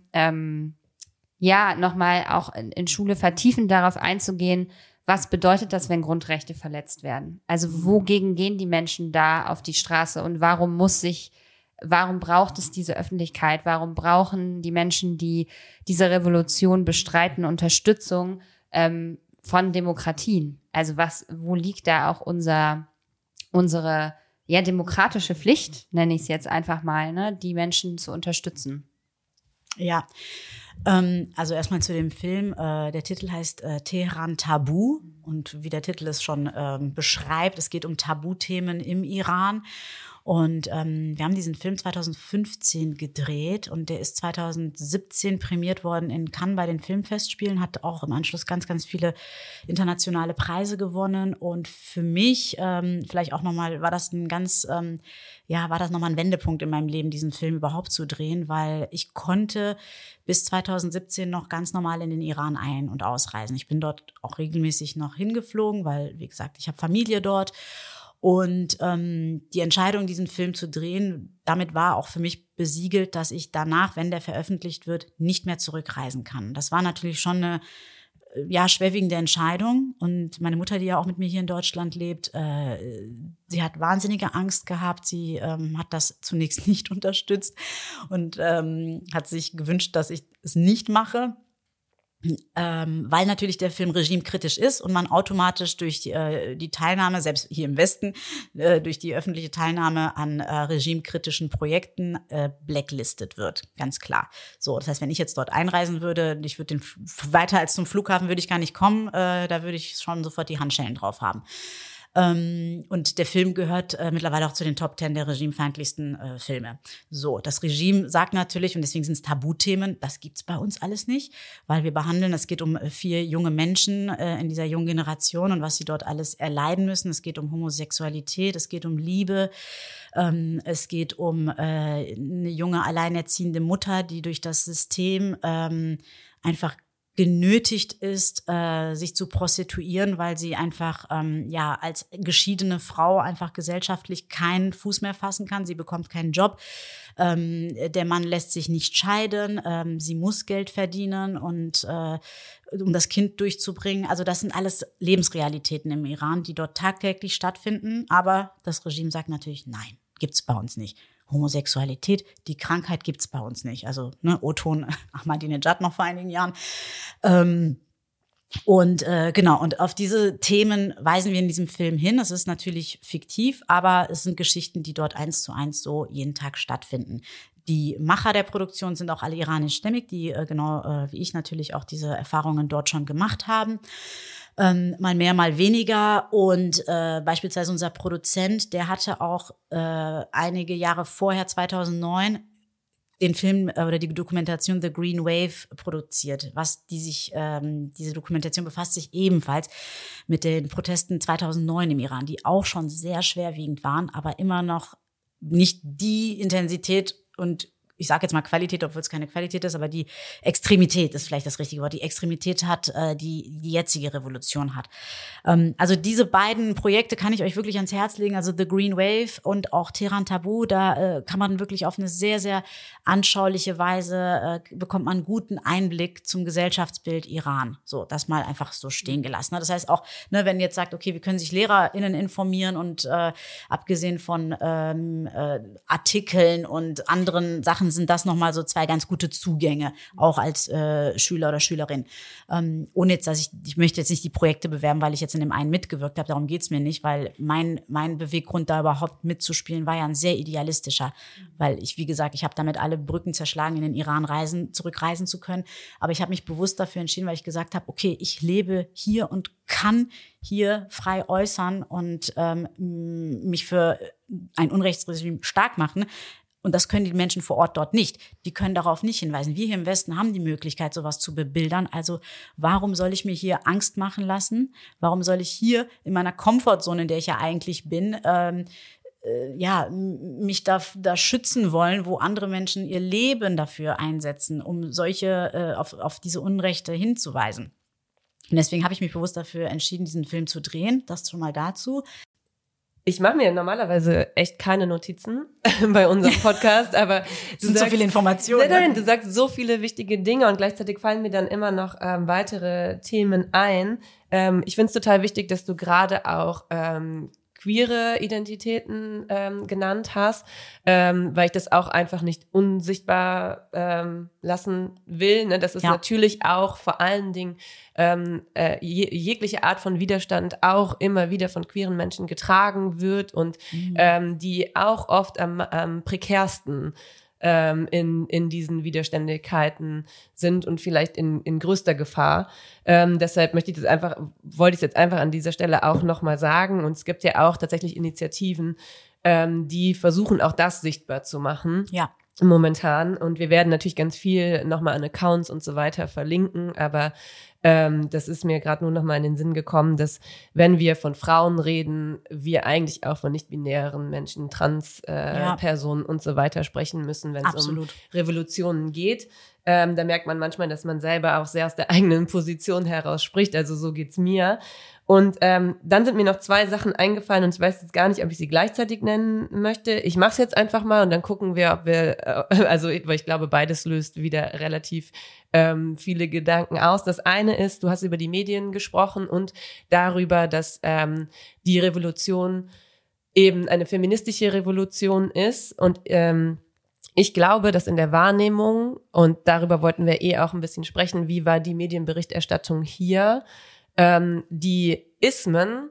nochmal auch in Schule vertiefend darauf einzugehen, was bedeutet das, wenn Grundrechte verletzt werden? Also wogegen gehen die Menschen da auf die Straße und warum braucht es diese Öffentlichkeit? Warum brauchen die Menschen, die diese Revolution bestreiten, Unterstützung von Demokratien? Also wo liegt da auch unsere demokratische Pflicht, nenne ich es jetzt einfach mal, ne, die Menschen zu unterstützen? Ja, also erstmal zu dem Film. Der Titel heißt Teheran Tabu und wie der Titel es schon beschreibt, es geht um Tabuthemen im Iran. Und wir haben diesen Film 2015 gedreht und der ist 2017 prämiert worden in Cannes bei den Filmfestspielen, hat auch im Anschluss ganz, ganz viele internationale Preise gewonnen. Und für mich vielleicht auch nochmal war das nochmal ein Wendepunkt in meinem Leben, diesen Film überhaupt zu drehen, weil ich konnte bis 2017 noch ganz normal in den Iran ein- und ausreisen. Ich bin dort auch regelmäßig noch hingeflogen, weil, wie gesagt, ich habe Familie dort. Und die Entscheidung, diesen Film zu drehen, damit war auch für mich besiegelt, dass ich danach, wenn der veröffentlicht wird, nicht mehr zurückreisen kann. Das war natürlich schon eine schwerwiegende Entscheidung. Und meine Mutter, die ja auch mit mir hier in Deutschland lebt, sie hat wahnsinnige Angst gehabt. Sie hat das zunächst nicht unterstützt und hat sich gewünscht, dass ich es nicht mache. Weil natürlich der Film regimekritisch ist und man automatisch durch die Teilnahme, selbst hier im Westen, durch die öffentliche Teilnahme an regimekritischen Projekten blacklisted wird, ganz klar. So, das heißt, wenn ich jetzt dort einreisen würde, ich würde weiter als zum Flughafen würde ich gar nicht kommen, da würde ich schon sofort die Handschellen drauf haben. Und der Film gehört mittlerweile auch zu den Top 10 der regimefeindlichsten Filme. So, das Regime sagt natürlich, und deswegen sind es Tabuthemen, das gibt's bei uns alles nicht, weil wir behandeln, es geht um 4 junge Menschen in dieser jungen Generation und was sie dort alles erleiden müssen. Es geht um Homosexualität, es geht um Liebe, es geht um eine junge alleinerziehende Mutter, die durch das System einfach genötigt ist, sich zu prostituieren, weil sie einfach als geschiedene Frau einfach gesellschaftlich keinen Fuß mehr fassen kann. Sie bekommt keinen Job. Der Mann lässt sich nicht scheiden. Sie muss Geld verdienen und um das Kind durchzubringen. Also das sind alles Lebensrealitäten im Iran, die dort tagtäglich stattfinden. Aber das Regime sagt natürlich, nein, gibt's bei uns nicht. Homosexualität, die Krankheit gibt's bei uns nicht. Also O-Ton Ahmadinejad noch vor einigen Jahren. Und auf diese Themen weisen wir in diesem Film hin. Es ist natürlich fiktiv, aber es sind Geschichten, die dort 1:1 so jeden Tag stattfinden. Die Macher der Produktion sind auch alle iranischstämmig, die wie ich natürlich auch diese Erfahrungen dort schon gemacht haben. Mal mehr, mal weniger. Und beispielsweise unser Produzent, der hatte auch einige Jahre vorher, 2009, den Film oder die Dokumentation The Green Wave produziert. Diese Dokumentation befasst sich ebenfalls mit den Protesten 2009 im Iran, die auch schon sehr schwerwiegend waren, aber immer noch nicht die Intensität und ich sage jetzt mal Qualität, obwohl es keine Qualität ist, aber die Extremität ist vielleicht das richtige Wort. Die Extremität hat, die jetzige Revolution hat. Also diese beiden Projekte kann ich euch wirklich ans Herz legen. Also The Green Wave und auch Tehran Tabu. Da kann man wirklich auf eine sehr, sehr anschauliche Weise, bekommt man einen guten Einblick zum Gesellschaftsbild Iran. So, das mal einfach so stehen gelassen. Das heißt auch, wenn ihr jetzt sagt, okay, wie können sich LehrerInnen informieren und abgesehen von Artikeln und anderen Sachen sind das nochmal so 2 ganz gute Zugänge, auch als Schüler oder Schülerin. Ohne jetzt, dass ich möchte jetzt nicht die Projekte bewerben, weil ich jetzt in dem einen mitgewirkt habe, darum geht's mir nicht, weil mein Beweggrund da überhaupt mitzuspielen war ja ein sehr idealistischer, weil ich, wie gesagt, ich habe damit alle Brücken zerschlagen, in den Iran zurückreisen zu können, aber ich habe mich bewusst dafür entschieden, weil ich gesagt habe, okay, ich lebe hier und kann hier frei äußern und mich für ein Unrechtsregime stark machen. Und das können die Menschen vor Ort dort nicht. Die können darauf nicht hinweisen. Wir hier im Westen haben die Möglichkeit, sowas zu bebildern. Also warum soll ich mir hier Angst machen lassen? Warum soll ich hier in meiner Komfortzone, in der ich ja eigentlich bin, mich da schützen wollen, wo andere Menschen ihr Leben dafür einsetzen, um solche auf diese Unrechte hinzuweisen? Und deswegen habe ich mich bewusst dafür entschieden, diesen Film zu drehen. Das schon mal dazu. Ich mache mir normalerweise echt keine Notizen bei unserem Podcast, aber es sind so viele Informationen. Nein, du sagst so viele wichtige Dinge und gleichzeitig fallen mir dann immer noch weitere Themen ein. Ich finde es total wichtig, dass du gerade auch queere Identitäten genannt hast, weil ich das auch einfach nicht unsichtbar lassen will. Ne? Das ist natürlich auch vor allen Dingen jegliche Art von Widerstand auch immer wieder von queeren Menschen getragen wird und die auch oft am prekärsten in diesen Widerständigkeiten sind und vielleicht in größter Gefahr. Deshalb wollte ich es jetzt einfach an dieser Stelle auch nochmal sagen. Und es gibt ja auch tatsächlich Initiativen, die versuchen auch das sichtbar zu machen. Ja. Momentan. Und wir werden natürlich ganz viel nochmal an Accounts und so weiter verlinken, aber das ist mir gerade nur nochmal in den Sinn gekommen, dass wenn wir von Frauen reden, wir eigentlich auch von nicht-binären Menschen, Trans-Personen und so weiter sprechen müssen, wenn es um Revolutionen geht. Da merkt man manchmal, dass man selber auch sehr aus der eigenen Position heraus spricht. Also so geht's mir. Und dann sind mir noch 2 Sachen eingefallen und ich weiß jetzt gar nicht, ob ich sie gleichzeitig nennen möchte. Ich mache es jetzt einfach mal und dann gucken wir, ob wir, weil ich glaube, beides löst wieder relativ viele Gedanken aus. Das eine ist, du hast über die Medien gesprochen und darüber, dass die Revolution eben eine feministische Revolution ist und ich glaube, dass in der Wahrnehmung, und darüber wollten wir auch ein bisschen sprechen, wie war die Medienberichterstattung hier, die Ismen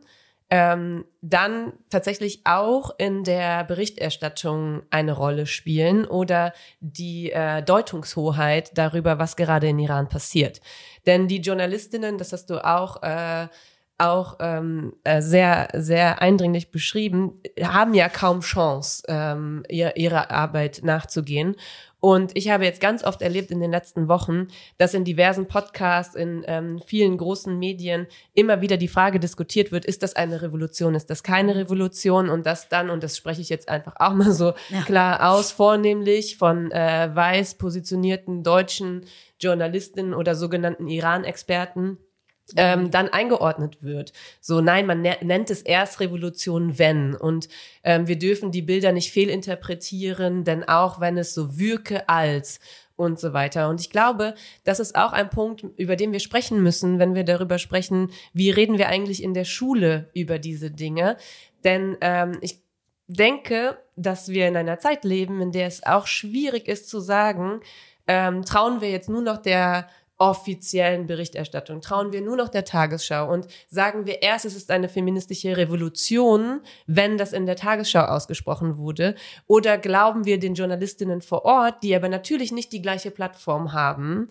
dann tatsächlich auch in der Berichterstattung eine Rolle spielen oder die Deutungshoheit darüber, was gerade in Iran passiert. Denn die Journalistinnen, das hast du auch auch sehr, sehr eindringlich beschrieben, haben ja kaum Chance, ihrer Arbeit nachzugehen. Und ich habe jetzt ganz oft erlebt in den letzten Wochen, dass in diversen Podcasts, in vielen großen Medien immer wieder die Frage diskutiert wird, ist das eine Revolution, ist das keine Revolution? Und das dann, und das spreche ich jetzt einfach auch mal so klar aus, vornehmlich von weiß positionierten deutschen Journalistinnen oder sogenannten Iran-Experten, dann eingeordnet wird. So, nein, man nennt es erst Revolution, wenn. Und wir dürfen die Bilder nicht fehlinterpretieren, denn auch wenn es so wirke als und so weiter. Und ich glaube, das ist auch ein Punkt, über den wir sprechen müssen, wenn wir darüber sprechen, wie reden wir eigentlich in der Schule über diese Dinge. Denn ich denke, dass wir in einer Zeit leben, in der es auch schwierig ist zu sagen, trauen wir jetzt nur noch der offiziellen Berichterstattung, trauen wir nur noch der Tagesschau und sagen wir erst, es ist eine feministische Revolution, wenn das in der Tagesschau ausgesprochen wurde, oder glauben wir den Journalistinnen vor Ort, die aber natürlich nicht die gleiche Plattform haben,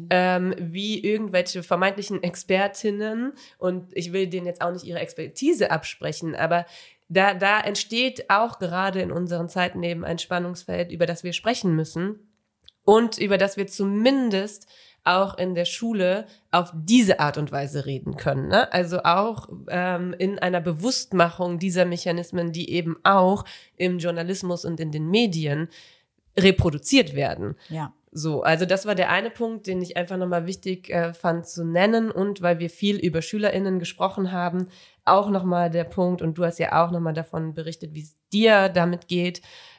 wie irgendwelche vermeintlichen Expertinnen, und ich will denen jetzt auch nicht ihre Expertise absprechen, aber da entsteht auch gerade in unseren Zeiten eben ein Spannungsfeld, über das wir sprechen müssen und über das wir zumindest auch in der Schule auf diese Art und Weise reden können, ne? Also auch in einer Bewusstmachung dieser Mechanismen, die eben auch im Journalismus und in den Medien reproduziert werden. Ja. So, also das war der eine Punkt, den ich einfach nochmal wichtig fand zu nennen, und weil wir viel über SchülerInnen gesprochen haben, auch nochmal der Punkt, und du hast ja auch nochmal davon berichtet, wie es dir damit geht,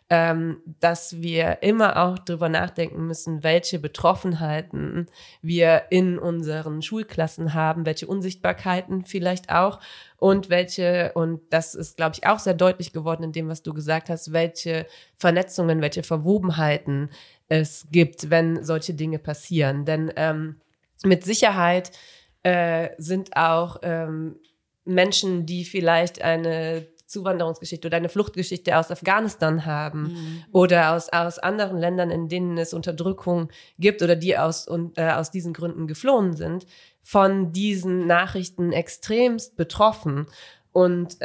dass wir immer auch drüber nachdenken müssen, welche Betroffenheiten wir in unseren Schulklassen haben, welche Unsichtbarkeiten vielleicht auch, und das ist, glaube ich, auch sehr deutlich geworden in dem, was du gesagt hast, welche Vernetzungen, welche Verwobenheiten es gibt, wenn solche Dinge passieren. Denn mit Sicherheit sind auch Menschen, die vielleicht eine Zuwanderungsgeschichte oder eine Fluchtgeschichte aus Afghanistan haben oder aus anderen Ländern, in denen es Unterdrückung gibt oder die aus diesen Gründen geflohen sind, von diesen Nachrichten extremst betroffen. Und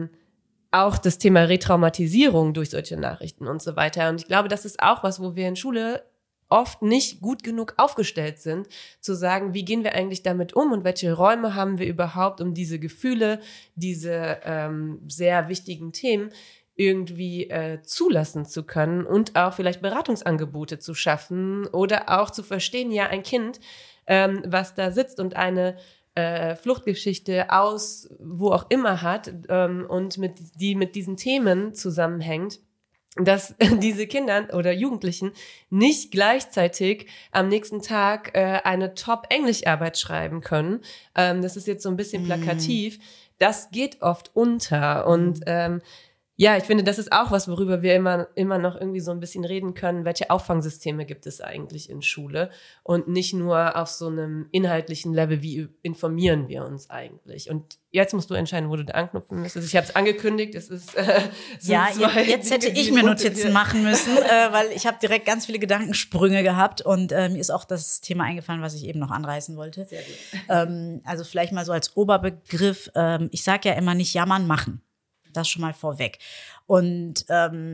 auch das Thema Retraumatisierung durch solche Nachrichten und so weiter. Und ich glaube, das ist auch was, wo wir in Schule oft nicht gut genug aufgestellt sind, zu sagen, wie gehen wir eigentlich damit um und welche Räume haben wir überhaupt, um diese Gefühle, diese sehr wichtigen Themen irgendwie zulassen zu können und auch vielleicht Beratungsangebote zu schaffen oder auch zu verstehen, ja, ein Kind, was da sitzt und eine Fluchtgeschichte aus wo auch immer hat und die mit diesen Themen zusammenhängt, dass diese Kinder oder Jugendlichen nicht gleichzeitig am nächsten Tag eine Top-Englischarbeit schreiben können. Das ist jetzt so ein bisschen plakativ. Das geht oft unter. Und ja, ich finde, das ist auch was, worüber wir immer noch irgendwie so ein bisschen reden können. Welche Auffangsysteme gibt es eigentlich in Schule? Und nicht nur auf so einem inhaltlichen Level, wie informieren wir uns eigentlich? Und jetzt musst du entscheiden, wo du da anknüpfen müsstest. Ich habe es angekündigt, es ist ja, jetzt hätte ich mir Notizen machen müssen, weil ich habe direkt ganz viele Gedankensprünge gehabt und mir ist auch das Thema eingefallen, was ich eben noch anreißen wollte. Sehr gut. Also vielleicht mal so als Oberbegriff, ich sage ja immer nicht jammern, machen. Das schon mal vorweg. Und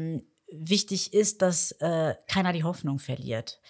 wichtig ist, dass keiner die Hoffnung verliert.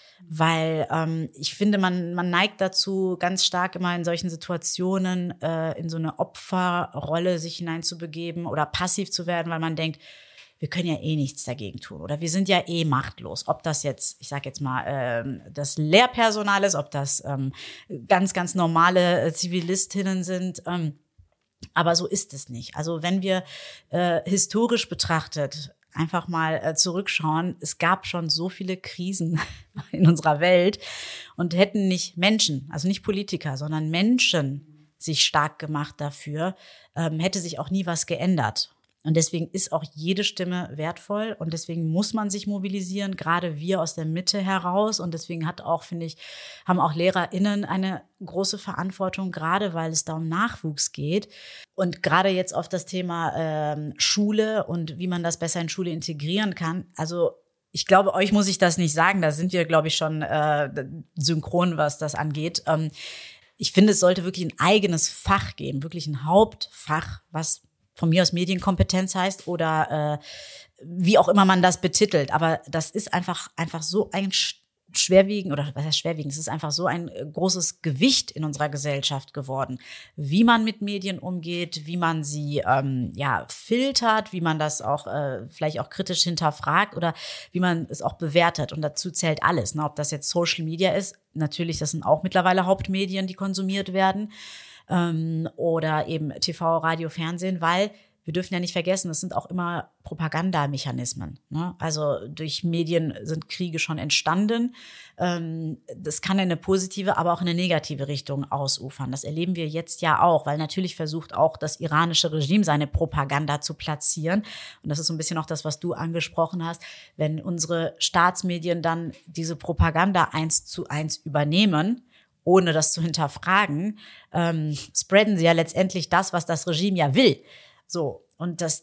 Weil ich finde, man neigt dazu, ganz stark immer in solchen Situationen in so eine Opferrolle sich hineinzubegeben oder passiv zu werden, weil man denkt, wir können ja eh nichts dagegen tun oder wir sind ja eh machtlos. Ob das jetzt, ich sage jetzt mal, das Lehrpersonal ist, ob das ganz, ganz normale Zivilistinnen sind, aber so ist es nicht. Also wenn wir historisch betrachtet einfach mal zurückschauen, es gab schon so viele Krisen in unserer Welt und hätten nicht Menschen, also nicht Politiker, sondern Menschen sich stark gemacht dafür, hätte sich auch nie was geändert. Und deswegen ist auch jede Stimme wertvoll und deswegen muss man sich mobilisieren, gerade wir aus der Mitte heraus. Und deswegen haben auch LehrerInnen eine große Verantwortung, gerade weil es da um Nachwuchs geht. Und gerade jetzt auf das Thema Schule und wie man das besser in Schule integrieren kann. Also ich glaube, euch muss ich das nicht sagen, da sind wir, glaube ich, schon synchron, was das angeht. ich finde, es sollte wirklich ein eigenes Fach geben, wirklich ein Hauptfach, was von mir aus Medienkompetenz heißt oder wie auch immer man das betitelt. Aber das ist einfach so ein schwerwiegend, oder was heißt schwerwiegend, es ist einfach so ein großes Gewicht in unserer Gesellschaft geworden, wie man mit Medien umgeht, wie man sie filtert, wie man das auch vielleicht auch kritisch hinterfragt oder wie man es auch bewertet. Und dazu zählt alles, ne? Ob das jetzt Social Media ist, natürlich, das sind auch mittlerweile Hauptmedien, die konsumiert werden, oder eben TV, Radio, Fernsehen, weil wir dürfen ja nicht vergessen, es sind auch immer Propagandamechanismen, ne? Also durch Medien sind Kriege schon entstanden. Das kann in eine positive, aber auch in eine negative Richtung ausufern. Das erleben wir jetzt ja auch, weil natürlich versucht auch das iranische Regime seine Propaganda zu platzieren. Und das ist so ein bisschen auch das, was du angesprochen hast. Wenn unsere Staatsmedien dann diese Propaganda 1:1 übernehmen, ohne das zu hinterfragen, spreaden sie ja letztendlich das, was das Regime ja will. So, und das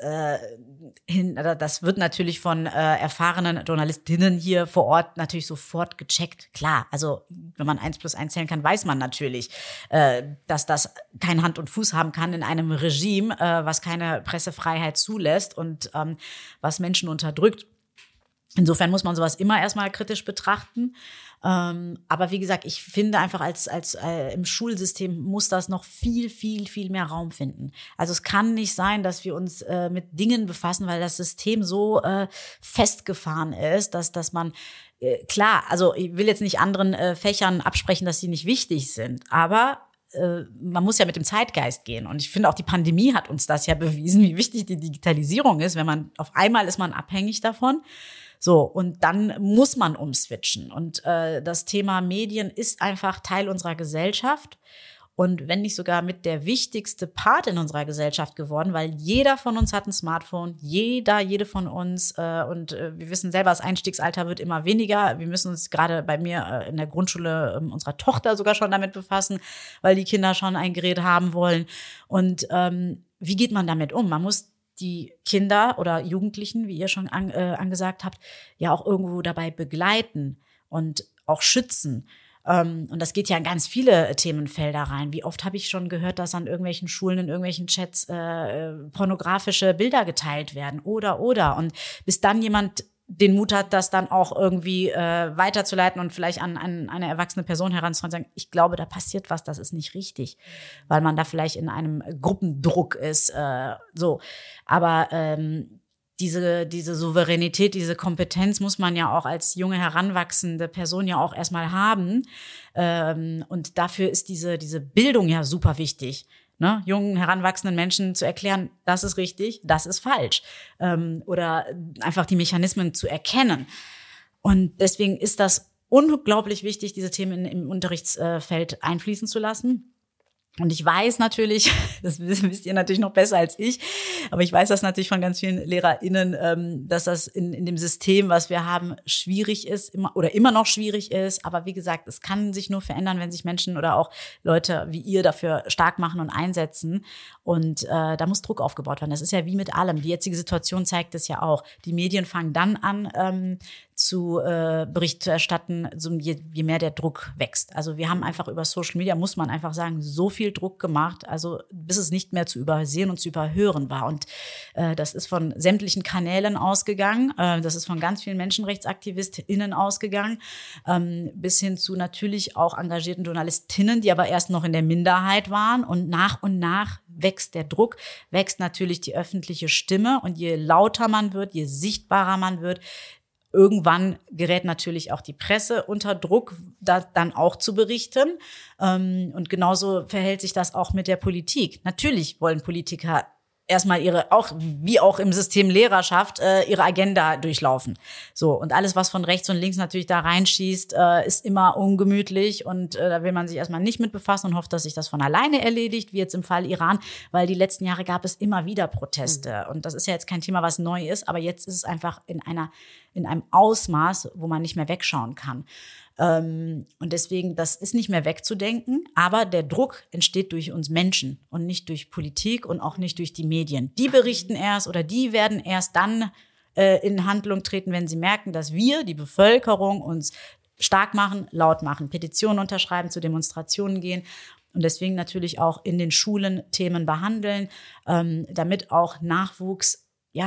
wird natürlich von erfahrenen Journalistinnen hier vor Ort natürlich sofort gecheckt. Klar, also wenn man 1+1 zählen kann, weiß man natürlich, dass das kein Hand und Fuß haben kann in einem Regime, was keine Pressefreiheit zulässt und was Menschen unterdrückt. Insofern muss man sowas immer erstmal kritisch betrachten. Aber wie gesagt, ich finde einfach im Schulsystem muss das noch viel, viel, viel mehr Raum finden. Also es kann nicht sein, dass wir uns mit Dingen befassen, weil das System so festgefahren ist, dass man klar, also ich will jetzt nicht anderen Fächern absprechen, dass sie nicht wichtig sind, aber man muss ja mit dem Zeitgeist gehen. Und ich finde auch die Pandemie hat uns das ja bewiesen, wie wichtig die Digitalisierung ist. Wenn man auf einmal ist man abhängig davon. So, und dann muss man umswitchen. Und das Thema Medien ist einfach Teil unserer Gesellschaft. Und wenn nicht sogar mit der wichtigste Part in unserer Gesellschaft geworden, weil jeder von uns hat ein Smartphone, jede von uns. Und wir wissen selber, das Einstiegsalter wird immer weniger. Wir müssen uns gerade bei mir in der Grundschule unserer Tochter sogar schon damit befassen, weil die Kinder schon ein Gerät haben wollen. Und wie geht man damit um? Man muss die Kinder oder Jugendlichen, wie ihr schon angesagt habt, ja auch irgendwo dabei begleiten und auch schützen. Und das geht ja in ganz viele Themenfelder rein. Wie oft habe ich schon gehört, dass an irgendwelchen Schulen, in irgendwelchen Chats pornografische Bilder geteilt werden oder. Und bis dann jemand den Mut hat, das dann auch irgendwie weiterzuleiten und vielleicht an eine erwachsene Person heranzutragen und sagen, ich glaube, da passiert was, das ist nicht richtig, weil man da vielleicht in einem Gruppendruck ist. So, aber diese Souveränität, diese Kompetenz muss man ja auch als junge, heranwachsende Person ja auch erstmal haben. Und dafür ist diese Bildung ja super wichtig. Ne, jungen, heranwachsenden Menschen zu erklären, das ist richtig, das ist falsch. Oder einfach die Mechanismen zu erkennen. Und deswegen ist das unglaublich wichtig, diese Themen im Unterrichtsfeld einfließen zu lassen. Und ich weiß natürlich, das wisst ihr natürlich noch besser als ich, aber ich weiß das natürlich von ganz vielen LehrerInnen, dass das in dem System, was wir haben, schwierig ist immer noch schwierig ist. Aber wie gesagt, es kann sich nur verändern, wenn sich Menschen oder auch Leute wie ihr dafür stark machen und einsetzen. Und da muss Druck aufgebaut werden. Das ist ja wie mit allem. Die jetzige Situation zeigt es ja auch. Die Medien fangen dann an, Bericht zu erstatten, je mehr der Druck wächst. Also wir haben einfach über Social Media, muss man einfach sagen, so viel Druck gemacht, also bis es nicht mehr zu übersehen und zu überhören war. Und das ist von sämtlichen Kanälen ausgegangen, das ist von ganz vielen MenschenrechtsaktivistInnen ausgegangen, bis hin zu natürlich auch engagierten JournalistInnen, die aber erst noch in der Minderheit waren. Und nach wächst der Druck, wächst natürlich die öffentliche Stimme. Und je lauter man wird, je sichtbarer man wird, irgendwann gerät natürlich auch die Presse unter Druck, da dann auch zu berichten. Und genauso verhält sich das auch mit der Politik. Natürlich wollen Politiker erstmal wie auch im System Lehrerschaft, ihre Agenda durchlaufen. So, und alles, was von rechts und links natürlich da reinschießt, ist immer ungemütlich und da will man sich erstmal nicht mit befassen und hofft, dass sich das von alleine erledigt, wie jetzt im Fall Iran, weil die letzten Jahre gab es immer wieder Proteste. Und das ist ja jetzt kein Thema, was neu ist, aber jetzt ist es einfach in einem Ausmaß, wo man nicht mehr wegschauen kann. Und deswegen, das ist nicht mehr wegzudenken, aber der Druck entsteht durch uns Menschen und nicht durch Politik und auch nicht durch die Medien. Die berichten erst oder die werden erst dann in Handlung treten, wenn sie merken, dass wir, die Bevölkerung, uns stark machen, laut machen, Petitionen unterschreiben, zu Demonstrationen gehen und deswegen natürlich auch in den Schulen Themen behandeln, damit auch Nachwuchs,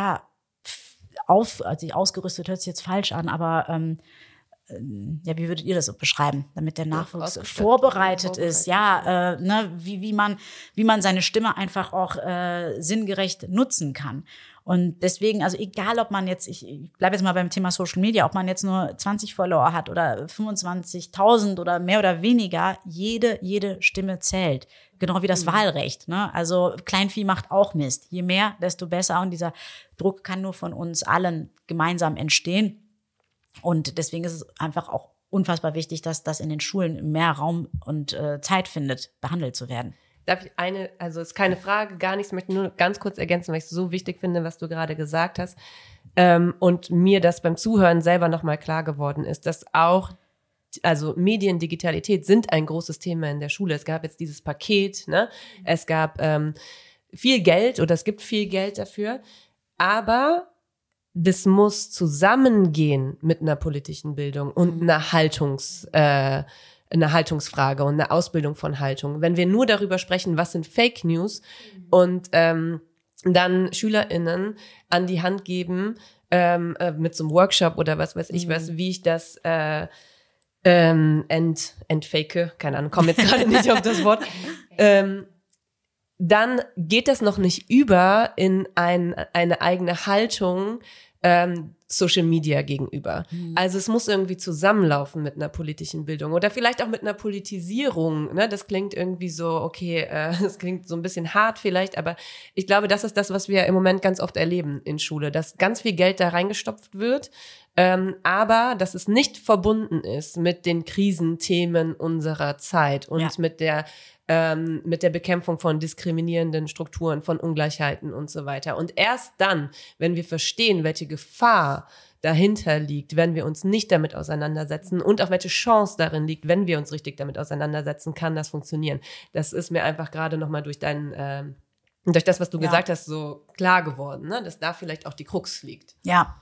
ausgerüstet hört sich jetzt falsch an, aber wie würdet ihr das so beschreiben, damit der Nachwuchs vorbereitet ist, wie man seine Stimme einfach auch sinngerecht nutzen kann. Und deswegen, also egal, ob man jetzt, ich bleibe jetzt mal beim Thema Social Media, ob man jetzt nur 20 Follower hat oder 25.000 oder mehr oder weniger, jede Stimme zählt. Genau wie das Wahlrecht, ne? Also Kleinvieh macht auch Mist. Je mehr, desto besser. Und dieser Druck kann nur von uns allen gemeinsam entstehen. Und deswegen ist es einfach auch unfassbar wichtig, dass das in den Schulen mehr Raum und Zeit findet, behandelt zu werden. Darf ich also ist keine Frage, gar nichts, möchte nur ganz kurz ergänzen, weil ich es so wichtig finde, was du gerade gesagt hast. Und mir das beim Zuhören selber nochmal klar geworden ist, dass auch, also Medien, Digitalität sind ein großes Thema in der Schule. Es gab jetzt dieses Paket, ne? Es gab viel Geld oder es gibt viel Geld dafür, aber das muss zusammengehen mit einer politischen Bildung und einer Haltungsfrage und eine Ausbildung von Haltung. Wenn wir nur darüber sprechen, was sind Fake News und dann SchülerInnen an die Hand geben mit so einem Workshop oder was weiß ich was, wie ich das entfake, keine Ahnung, komme jetzt gerade nicht auf das Wort, dann geht das noch nicht über in eine eigene Haltung Social Media gegenüber. Also es muss irgendwie zusammenlaufen mit einer politischen Bildung oder vielleicht auch mit einer Politisierung. Ne? Das klingt irgendwie so, okay, das klingt so ein bisschen hart vielleicht, aber ich glaube, das ist das, was wir im Moment ganz oft erleben in Schule, dass ganz viel Geld da reingestopft wird, aber dass es nicht verbunden ist mit den Krisenthemen unserer Zeit und mit der Bekämpfung von diskriminierenden Strukturen, von Ungleichheiten und so weiter. Und erst dann, wenn wir verstehen, welche Gefahr dahinter liegt, wenn wir uns nicht damit auseinandersetzen und auch welche Chance darin liegt, wenn wir uns richtig damit auseinandersetzen, kann das funktionieren. Das ist mir einfach gerade nochmal durch durch das, was du gesagt hast, so klar geworden, ne? Dass da vielleicht auch die Krux liegt. Ja.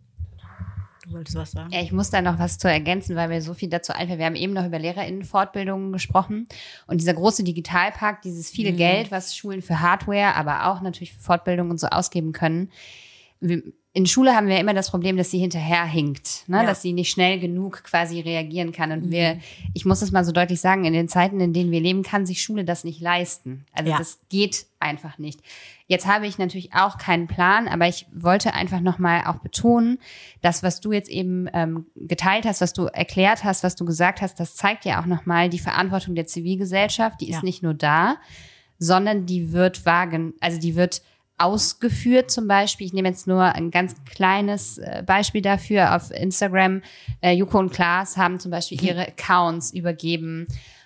Du wolltest was sagen? Ja, ich muss da noch was zu ergänzen, weil mir so viel dazu einfällt. Wir haben eben noch über LehrerInnen-Fortbildungen gesprochen. Und dieser große Digitalpakt, dieses viele Geld, was Schulen für Hardware, aber auch natürlich für Fortbildung und so ausgeben können. In Schule haben wir immer das Problem, dass sie hinterherhinkt, ne? Dass sie nicht schnell genug quasi reagieren kann. Und ich muss es mal so deutlich sagen, in den Zeiten, in denen wir leben, kann sich Schule das nicht leisten. Also das geht einfach nicht. Jetzt habe ich natürlich auch keinen Plan, aber ich wollte einfach nochmal auch betonen, dass was du jetzt eben geteilt hast, was du erklärt hast, was du gesagt hast, das zeigt ja auch nochmal die Verantwortung der Zivilgesellschaft. Die ist nicht nur da, sondern die wird die wird ausgeführt zum Beispiel. Ich nehme jetzt nur ein ganz kleines Beispiel dafür. Auf Instagram, Joko und Klaas haben zum Beispiel ihre Accounts übergeben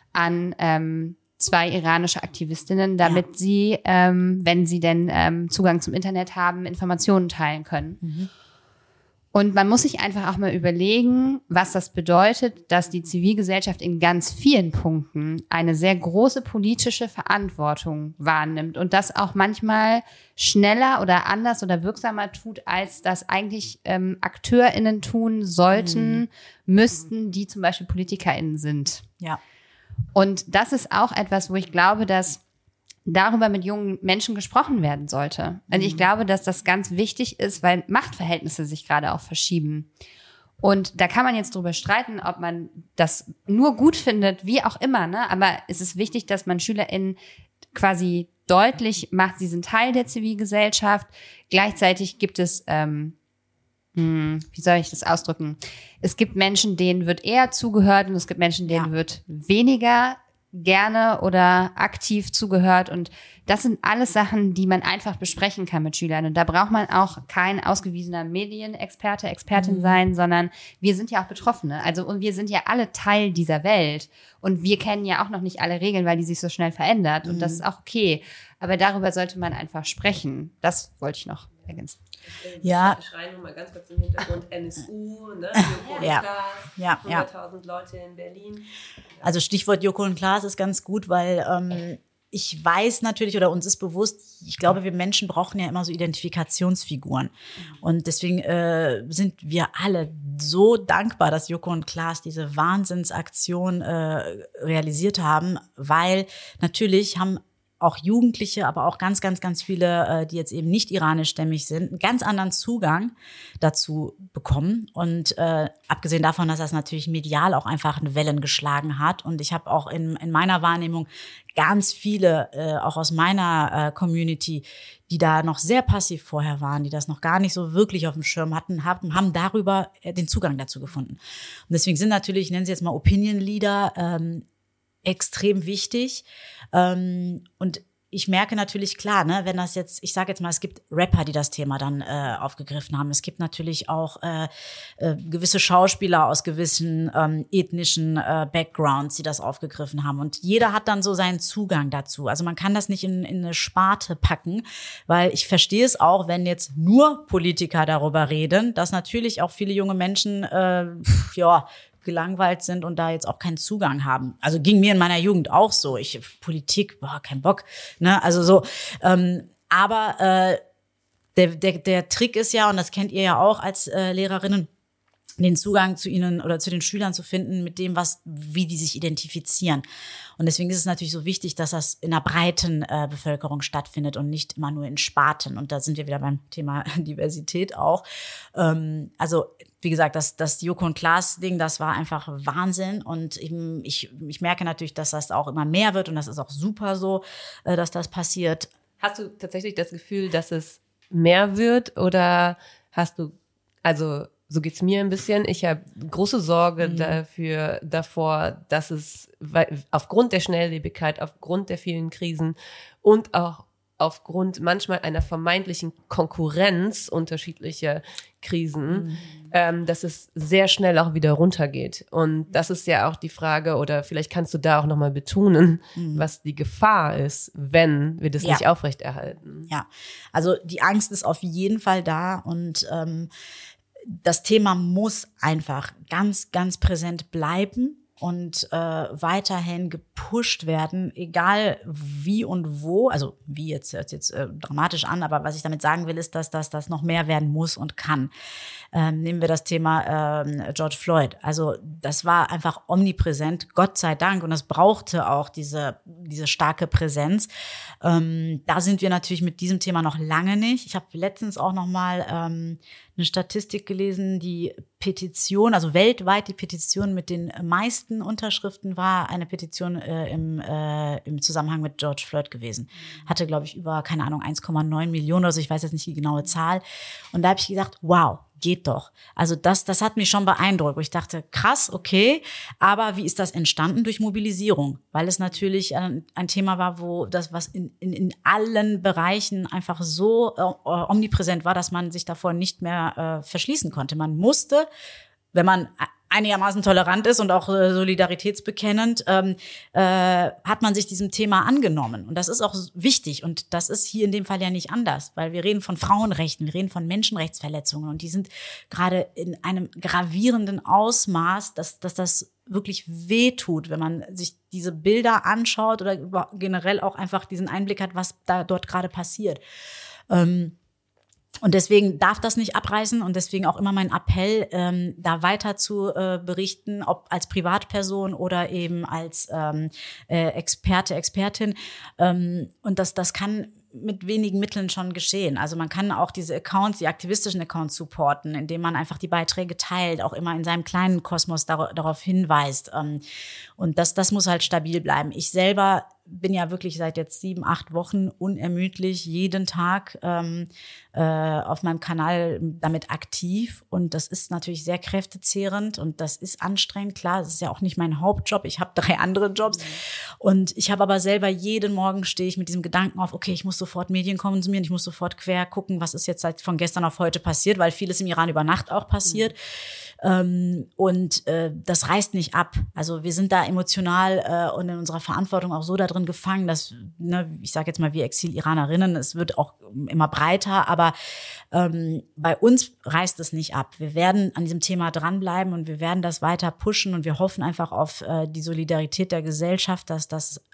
an 2 iranische Aktivistinnen, damit sie, wenn sie denn Zugang zum Internet haben, Informationen teilen können. Und man muss sich einfach auch mal überlegen, was das bedeutet, dass die Zivilgesellschaft in ganz vielen Punkten eine sehr große politische Verantwortung wahrnimmt und das auch manchmal schneller oder anders oder wirksamer tut, als das eigentlich AkteurInnen tun sollten, müssten, die zum Beispiel PolitikerInnen sind. Ja. Und das ist auch etwas, wo ich glaube, dass darüber mit jungen Menschen gesprochen werden sollte. Und ich glaube, dass das ganz wichtig ist, weil Machtverhältnisse sich gerade auch verschieben. Und da kann man jetzt drüber streiten, ob man das nur gut findet, wie auch immer, ne? Aber es ist wichtig, dass man SchülerInnen quasi deutlich macht, sie sind Teil der Zivilgesellschaft. Gleichzeitig gibt es, wie soll ich das ausdrücken? Es gibt Menschen, denen wird eher zugehört und es gibt Menschen, denen wird weniger gerne oder aktiv zugehört. Und das sind alles Sachen, die man einfach besprechen kann mit Schülern. Und da braucht man auch kein ausgewiesener Medienexperte, Expertin sein, sondern wir sind ja auch Betroffene. Also, und wir sind ja alle Teil dieser Welt. Und wir kennen ja auch noch nicht alle Regeln, weil die sich so schnell verändert. Und das ist auch okay. Aber darüber sollte man einfach sprechen. Das wollte ich noch ergänzen. Ja. Wir schreien nochmal ganz kurz im Hintergrund NSU, ne? Joko und Klaas, 100.000 Leute in Berlin. Also Stichwort Joko und Klaas ist ganz gut, weil ich weiß natürlich oder uns ist bewusst, ich glaube, wir Menschen brauchen ja immer so Identifikationsfiguren. Und deswegen sind wir alle so dankbar, dass Joko und Klaas diese Wahnsinnsaktion realisiert haben, weil natürlich haben auch Jugendliche, aber auch ganz, ganz, ganz viele, die jetzt eben nicht iranischstämmig sind, einen ganz anderen Zugang dazu bekommen. Und abgesehen davon, dass das natürlich medial auch einfach eine Wellen geschlagen hat. Und ich habe auch in meiner Wahrnehmung ganz viele, auch aus meiner Community, die da noch sehr passiv vorher waren, die das noch gar nicht so wirklich auf dem Schirm hatten, haben darüber den Zugang dazu gefunden. Und deswegen sind natürlich, ich nenne sie jetzt mal Opinion Leader, extrem wichtig. Und ich merke natürlich, klar, ne, wenn das jetzt, ich sage jetzt mal, es gibt Rapper, die das Thema dann aufgegriffen haben. Es gibt natürlich auch gewisse Schauspieler aus gewissen ethnischen Backgrounds, die das aufgegriffen haben. Und jeder hat dann so seinen Zugang dazu. Also man kann das nicht in eine Sparte packen, weil ich verstehe es auch, wenn jetzt nur Politiker darüber reden, dass natürlich auch viele junge Menschen, gelangweilt sind und da jetzt auch keinen Zugang haben. Also ging mir in meiner Jugend auch so. Politik, kein Bock. Ne? Also so. Aber der Trick ist ja, und das kennt ihr ja auch als Lehrerinnen, den Zugang zu ihnen oder zu den Schülern zu finden mit dem, wie die sich identifizieren. Und deswegen ist es natürlich so wichtig, dass das in einer breiten Bevölkerung stattfindet und nicht immer nur in Sparten. Und da sind wir wieder beim Thema Diversität auch. Also wie gesagt, das Joko und Klaas Ding, das war einfach Wahnsinn. Und ich merke natürlich, dass das auch immer mehr wird und das ist auch super so, dass das passiert. Hast du tatsächlich das Gefühl, dass es mehr wird oder hast du, also so geht's mir ein bisschen. Ich habe große Sorge davor, dass es aufgrund der Schnelllebigkeit, aufgrund der vielen Krisen und auch aufgrund manchmal einer vermeintlichen Konkurrenz unterschiedlicher Krisen, dass es sehr schnell auch wieder runtergeht. Und das ist ja auch die Frage, oder vielleicht kannst du da auch nochmal betonen, was die Gefahr ist, wenn wir das nicht aufrechterhalten. Ja, also die Angst ist auf jeden Fall da und das Thema muss einfach ganz, ganz präsent bleiben und weiterhin gepusht werden, egal wie und wo. Also wie jetzt hört jetzt dramatisch an, aber was ich damit sagen will, ist, dass das noch mehr werden muss und kann. Nehmen wir das Thema George Floyd. Also das war einfach omnipräsent, Gott sei Dank. Und das brauchte auch diese starke Präsenz. Da sind wir natürlich mit diesem Thema noch lange nicht. Ich habe letztens auch noch mal eine Statistik gelesen, die Petition, also weltweit die Petition mit den meisten Unterschriften war eine Petition im Zusammenhang mit George Floyd gewesen. Hatte, glaube ich, über, 1,9 Millionen oder so, ich weiß jetzt nicht die genaue Zahl. Und da habe ich gedacht, wow, geht doch. Also das hat mich schon beeindruckt, wo ich dachte, krass, okay, aber wie ist das entstanden? Durch Mobilisierung, weil es natürlich ein Thema war, wo das, was in allen Bereichen einfach so omnipräsent war, dass man sich davor nicht mehr verschließen konnte. Man musste, wenn man einigermaßen tolerant ist und auch solidaritätsbekennend, hat man sich diesem Thema angenommen. Und das ist auch wichtig. Und das ist hier in dem Fall ja nicht anders, weil wir reden von Frauenrechten, wir reden von Menschenrechtsverletzungen. Und die sind gerade in einem gravierenden Ausmaß, dass das wirklich wehtut, wenn man sich diese Bilder anschaut oder generell auch einfach diesen Einblick hat, was da dort gerade passiert. Und deswegen darf das nicht abreißen und deswegen auch immer mein Appell, da weiter zu berichten, ob als Privatperson oder eben als Experte, Expertin. Und das kann mit wenigen Mitteln schon geschehen. Also man kann auch diese Accounts, die aktivistischen Accounts supporten, indem man einfach die Beiträge teilt, auch immer in seinem kleinen Kosmos darauf hinweist. Und das muss halt stabil bleiben. Ich selber bin ja wirklich seit jetzt 7, 8 Wochen unermüdlich jeden Tag auf meinem Kanal damit aktiv. Und das ist natürlich sehr kräftezehrend und das ist anstrengend. Klar, das ist ja auch nicht mein Hauptjob. Ich habe 3 andere Jobs. Und ich habe aber selber jeden Morgen stehe ich mit diesem Gedanken auf, okay, ich muss sofort Medien konsumieren, ich muss sofort quer gucken, was ist jetzt seit von gestern auf heute passiert, weil vieles im Iran über Nacht auch passiert. Und das reißt nicht ab. Also wir sind da emotional und in unserer Verantwortung auch so da drin gefangen, dass, ich sage jetzt mal, wir Exil-Iranerinnen, es wird auch immer breiter, aber bei uns reißt es nicht ab. Wir werden an diesem Thema dranbleiben und wir werden das weiter pushen und wir hoffen einfach auf die Solidarität der Gesellschaft, dass das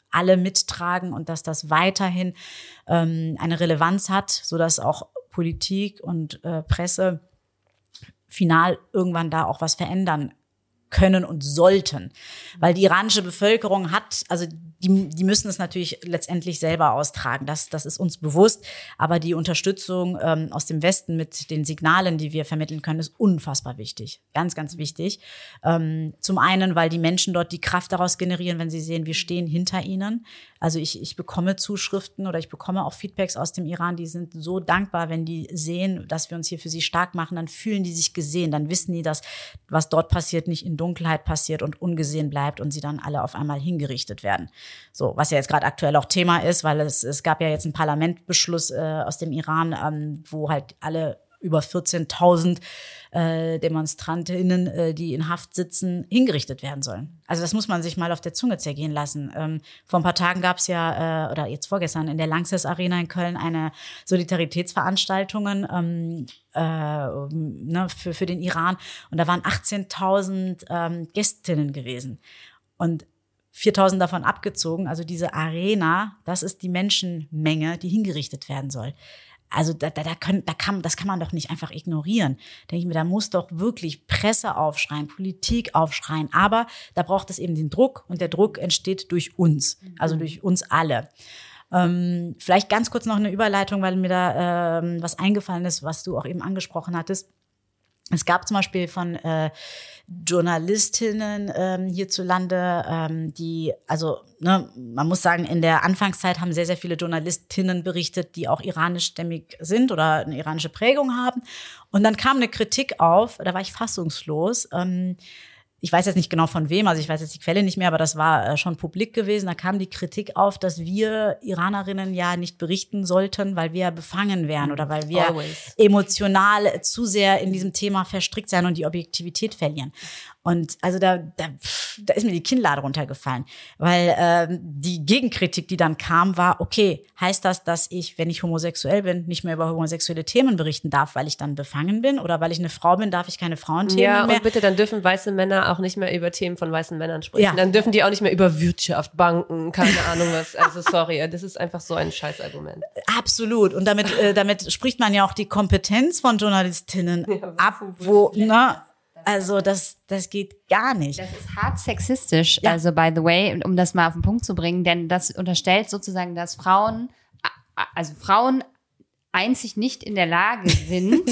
alle mittragen und dass das weiterhin eine Relevanz hat, sodass auch Politik und Presse final irgendwann da auch was verändern können und sollten. Weil die iranische Bevölkerung hat, also die müssen es natürlich letztendlich selber austragen. Das ist uns bewusst. Aber die Unterstützung aus dem Westen mit den Signalen, die wir vermitteln können, ist unfassbar wichtig. Ganz, ganz wichtig. Zum einen, weil die Menschen dort die Kraft daraus generieren, wenn sie sehen, wir stehen hinter ihnen. Also ich bekomme Zuschriften oder ich bekomme auch Feedbacks aus dem Iran, die sind so dankbar, wenn die sehen, dass wir uns hier für sie stark machen, dann fühlen die sich gesehen, dann wissen die, dass was dort passiert, nicht in Dunkelheit passiert und ungesehen bleibt und sie dann alle auf einmal hingerichtet werden. So, was ja jetzt gerade aktuell auch Thema ist, weil es gab ja jetzt einen Parlamentbeschluss aus dem Iran, wo halt alle über 14.000 DemonstrantInnen, die in Haft sitzen, hingerichtet werden sollen. Also das muss man sich mal auf der Zunge zergehen lassen. Vor ein paar Tagen gab es ja, oder jetzt vorgestern, in der Lanxess Arena in Köln eine Solidaritätsveranstaltungen für den Iran. Und da waren 18.000 Gästinnen gewesen. Und 4.000 davon abgezogen. Also diese Arena, das ist die Menschenmenge, die hingerichtet werden soll. Also das kann man doch nicht einfach ignorieren. Denke ich mir, da muss doch wirklich Presse aufschreien, Politik aufschreien. Aber da braucht es eben den Druck und der Druck entsteht durch uns, also durch uns alle. Vielleicht ganz kurz noch eine Überleitung, weil mir da was eingefallen ist, was du auch eben angesprochen hattest. Es gab zum Beispiel von Journalistinnen hierzulande, die, also man muss sagen, in der Anfangszeit haben sehr, sehr viele Journalistinnen berichtet, die auch iranischstämmig sind oder eine iranische Prägung haben. Und dann kam eine Kritik auf, da war ich fassungslos. Ich weiß jetzt nicht genau von wem, also ich weiß jetzt die Quelle nicht mehr, aber das war schon publik gewesen. Da kam die Kritik auf, dass wir Iranerinnen ja nicht berichten sollten, weil wir befangen wären oder weil wir emotional zu sehr in diesem Thema verstrickt sein und die Objektivität verlieren. Und also da ist mir die Kinnlade runtergefallen, weil die Gegenkritik, die dann kam, war, okay, heißt das, dass ich, wenn ich homosexuell bin, nicht mehr über homosexuelle Themen berichten darf, weil ich dann befangen bin? Oder weil ich eine Frau bin, darf ich keine Frauenthemen mehr? Ja, und bitte, dann dürfen weiße Männer auch nicht mehr über Themen von weißen Männern sprechen. Ja. Dann dürfen die auch nicht mehr über Wirtschaft, Banken, keine Ahnung was. Also sorry, das ist einfach so ein Scheißargument. Absolut. Und damit spricht man ja auch die Kompetenz von Journalistinnen ab, wo, also das geht gar nicht. Das ist hart sexistisch, also by the way, um das mal auf den Punkt zu bringen, denn das unterstellt sozusagen, dass Frauen einzig nicht in der Lage sind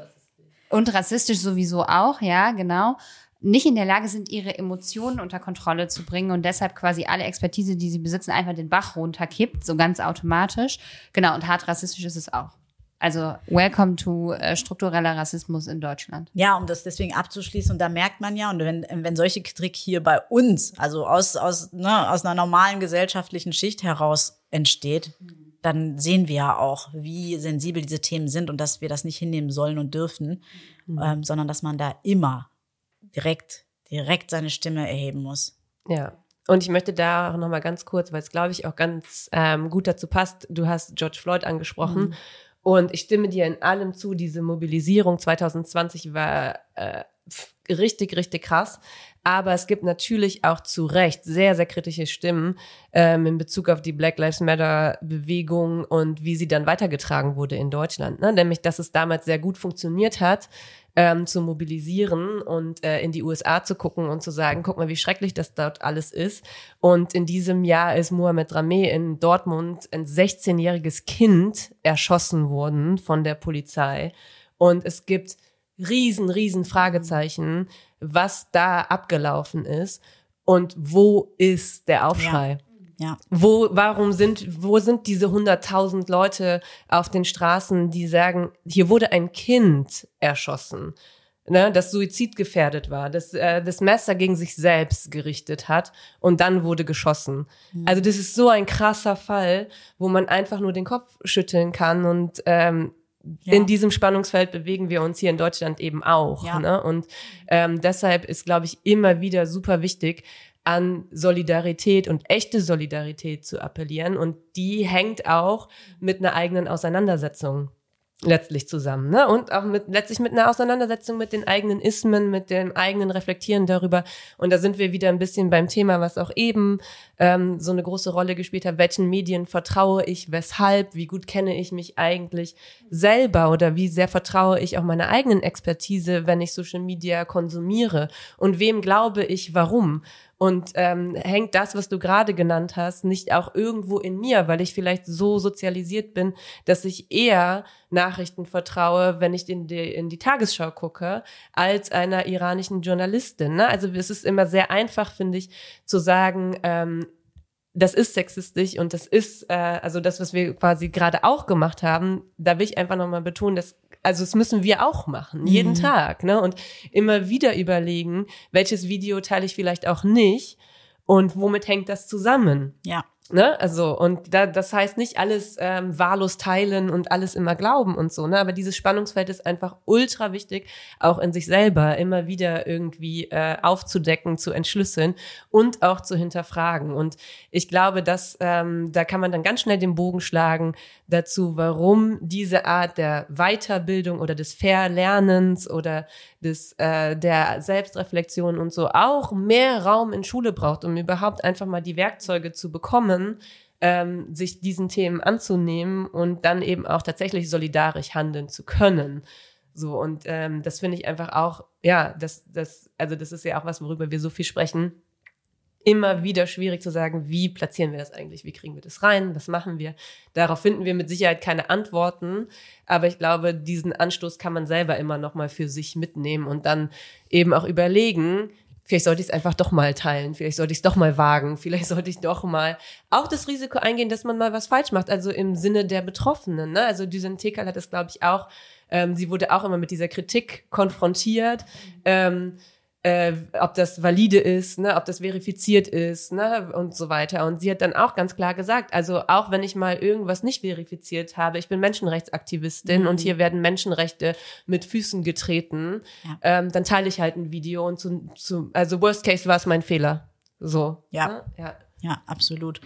und rassistisch sowieso auch, ja, genau, nicht in der Lage sind, ihre Emotionen unter Kontrolle zu bringen und deshalb quasi alle Expertise, die sie besitzen, einfach den Bach runterkippt, so ganz automatisch. Genau, und hart rassistisch ist es auch. Also welcome to struktureller Rassismus in Deutschland. Ja, um das deswegen abzuschließen, und da merkt man ja, und wenn solche Kritik hier bei uns, also aus einer normalen gesellschaftlichen Schicht heraus entsteht, dann sehen wir ja auch, wie sensibel diese Themen sind und dass wir das nicht hinnehmen sollen und dürfen, sondern dass man da immer direkt seine Stimme erheben muss. Ja. Und ich möchte da auch noch mal ganz kurz, weil es, glaube ich, auch ganz gut dazu passt, du hast George Floyd angesprochen. Und ich stimme dir in allem zu, diese Mobilisierung 2020 war richtig, richtig krass. Aber es gibt natürlich auch zu Recht sehr, sehr kritische Stimmen in Bezug auf die Black Lives Matter-Bewegung und wie sie dann weitergetragen wurde in Deutschland. Ne? Nämlich, dass es damals sehr gut funktioniert hat, zu mobilisieren und in die USA zu gucken und zu sagen, guck mal, wie schrecklich das dort alles ist. Und in diesem Jahr ist Mohamed Rameh in Dortmund, ein 16-jähriges Kind, erschossen worden von der Polizei. Und es gibt riesen Fragezeichen, was da abgelaufen ist und wo ist der Aufschrei? Ja. Wo sind diese 100.000 Leute auf den Straßen, die sagen, hier wurde ein Kind erschossen, ne, das suizidgefährdet war, das Messer gegen sich selbst gerichtet hat und dann wurde geschossen. Also das ist so ein krasser Fall, wo man einfach nur den Kopf schütteln kann und in diesem Spannungsfeld bewegen wir uns hier in Deutschland eben auch. Ja. Ne? Und deshalb ist, glaube ich, immer wieder super wichtig, an Solidarität und echte Solidarität zu appellieren. Und die hängt auch mit einer eigenen Auseinandersetzung letztlich zusammen, ne? Und auch letztlich mit einer Auseinandersetzung mit den eigenen Ismen, mit dem eigenen Reflektieren darüber. Und da sind wir wieder ein bisschen beim Thema, was auch eben so eine große Rolle gespielt hat. Welchen Medien vertraue ich, weshalb, wie gut kenne ich mich eigentlich selber oder wie sehr vertraue ich auch meiner eigenen Expertise, wenn ich Social Media konsumiere und wem glaube ich, warum? Und hängt das, was du gerade genannt hast, nicht auch irgendwo in mir, weil ich vielleicht so sozialisiert bin, dass ich eher Nachrichten vertraue, wenn ich in die Tagesschau gucke, als einer iranischen Journalistin. Ne? Also es ist immer sehr einfach, finde ich, zu sagen, das ist sexistisch und das ist, also das, was wir quasi gerade auch gemacht haben, da will ich einfach nochmal betonen, dass also das müssen wir auch machen, jeden Tag, ne? Und immer wieder überlegen, welches Video teile ich vielleicht auch nicht und womit hängt das zusammen? Ja. Ne? Also, und das heißt nicht alles wahllos teilen und alles immer glauben und so, ne? Aber dieses Spannungsfeld ist einfach ultra wichtig, auch in sich selber immer wieder irgendwie aufzudecken, zu entschlüsseln und auch zu hinterfragen. Und ich glaube, dass da kann man dann ganz schnell den Bogen schlagen dazu, warum diese Art der Weiterbildung oder des Verlernens oder der Selbstreflexion und so auch mehr Raum in Schule braucht, um überhaupt einfach mal die Werkzeuge zu bekommen, sich diesen Themen anzunehmen und dann eben auch tatsächlich solidarisch handeln zu können. So, und das finde ich einfach auch, ja, das ist ja auch was, worüber wir so viel sprechen. Immer wieder schwierig zu sagen, wie platzieren wir das eigentlich, wie kriegen wir das rein, was machen wir. Darauf finden wir mit Sicherheit keine Antworten, aber ich glaube, diesen Anstoß kann man selber immer noch mal für sich mitnehmen und dann eben auch überlegen, vielleicht sollte ich es einfach doch mal teilen, vielleicht sollte ich es doch mal wagen, vielleicht sollte ich doch mal auch das Risiko eingehen, dass man mal was falsch macht, also im Sinne der Betroffenen. Ne? Also Düsen Tekal hat das, glaube ich, auch, sie wurde auch immer mit dieser Kritik konfrontiert, ob das valide ist, ne, ob das verifiziert ist, ne, und so weiter. Und sie hat dann auch ganz klar gesagt, also auch wenn ich mal irgendwas nicht verifiziert habe, ich bin Menschenrechtsaktivistin und hier werden Menschenrechte mit Füßen getreten, dann teile ich halt ein Video und also Worst Case war es mein Fehler. So. Ja, ne? Ja, absolut.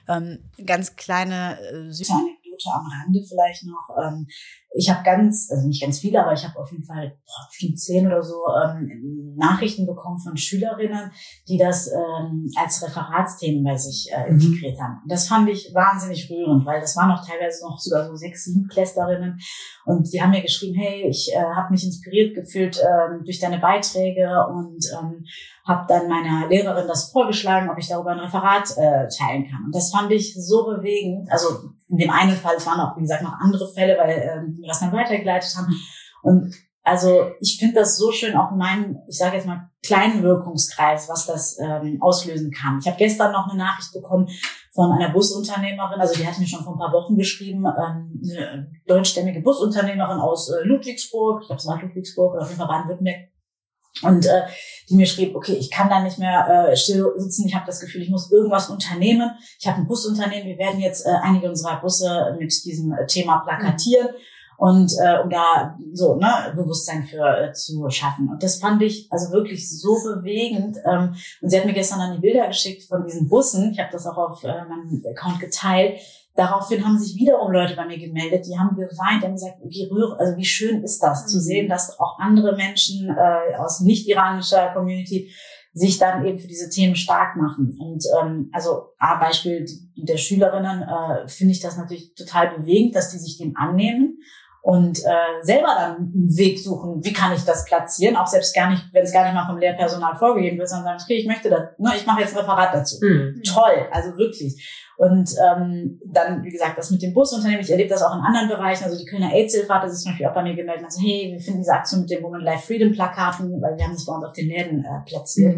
Ganz kleine süße Anekdote am Rande vielleicht noch. Ich habe also nicht ganz viele, aber ich habe auf jeden Fall bestimmt 10 oder so Nachrichten bekommen von Schülerinnen, die das als Referatsthemen bei sich integriert haben. Und das fand ich wahnsinnig rührend, weil das waren noch teilweise noch sogar so 6, 7 Klässlerinnen und die haben mir geschrieben, hey, ich habe mich inspiriert gefühlt durch deine Beiträge und habe dann meiner Lehrerin das vorgeschlagen, ob ich darüber ein Referat teilen kann. Und das fand ich so bewegend. Also in dem einen Fall, es waren auch, wie gesagt, noch andere Fälle, weil wir das dann weitergeleitet haben. Und also ich finde das so schön, auch in meinem, ich sage jetzt mal, kleinen Wirkungskreis, was das auslösen kann. Ich habe gestern noch eine Nachricht bekommen von einer Busunternehmerin, also die hat mir schon vor ein paar Wochen geschrieben, eine deutschstämmige Busunternehmerin aus Ludwigsburg, ich glaube es war Ludwigsburg oder auf jeden Fall Baden-Württemberg, und die mir schrieb, okay, ich kann da nicht mehr still sitzen, ich habe das Gefühl, ich muss irgendwas unternehmen. Ich habe ein Busunternehmen, wir werden jetzt einige unserer Busse mit diesem Thema plakatieren und um da so Bewusstsein für zu schaffen. Und das fand ich also wirklich so bewegend. Und sie hat mir gestern dann die Bilder geschickt von diesen Bussen. Ich habe das auch auf meinem Account geteilt. Daraufhin haben sich wiederum Leute bei mir gemeldet, die haben geweint, die haben gesagt, wie schön ist das, zu sehen, dass auch andere Menschen aus nicht-iranischer Community sich dann eben für diese Themen stark machen. Und also Beispiel der Schülerinnen finde ich das natürlich total bewegend, dass die sich dem annehmen und selber dann einen Weg suchen, wie kann ich das platzieren, auch selbst gar nicht, wenn es gar nicht mal vom Lehrpersonal vorgegeben wird, sondern sagen, okay, ich möchte das, ich mache jetzt ein Referat dazu. Toll, also wirklich. Und dann, wie gesagt, das mit dem Busunternehmen, ich erlebe das auch in anderen Bereichen, also die Kölner AIDS-Hilfe hat das zum Beispiel auch bei mir gemeldet, also hey, wir finden diese Aktion mit den Women Life Freedom Plakaten, weil wir haben das bei uns auf den Läden platziert.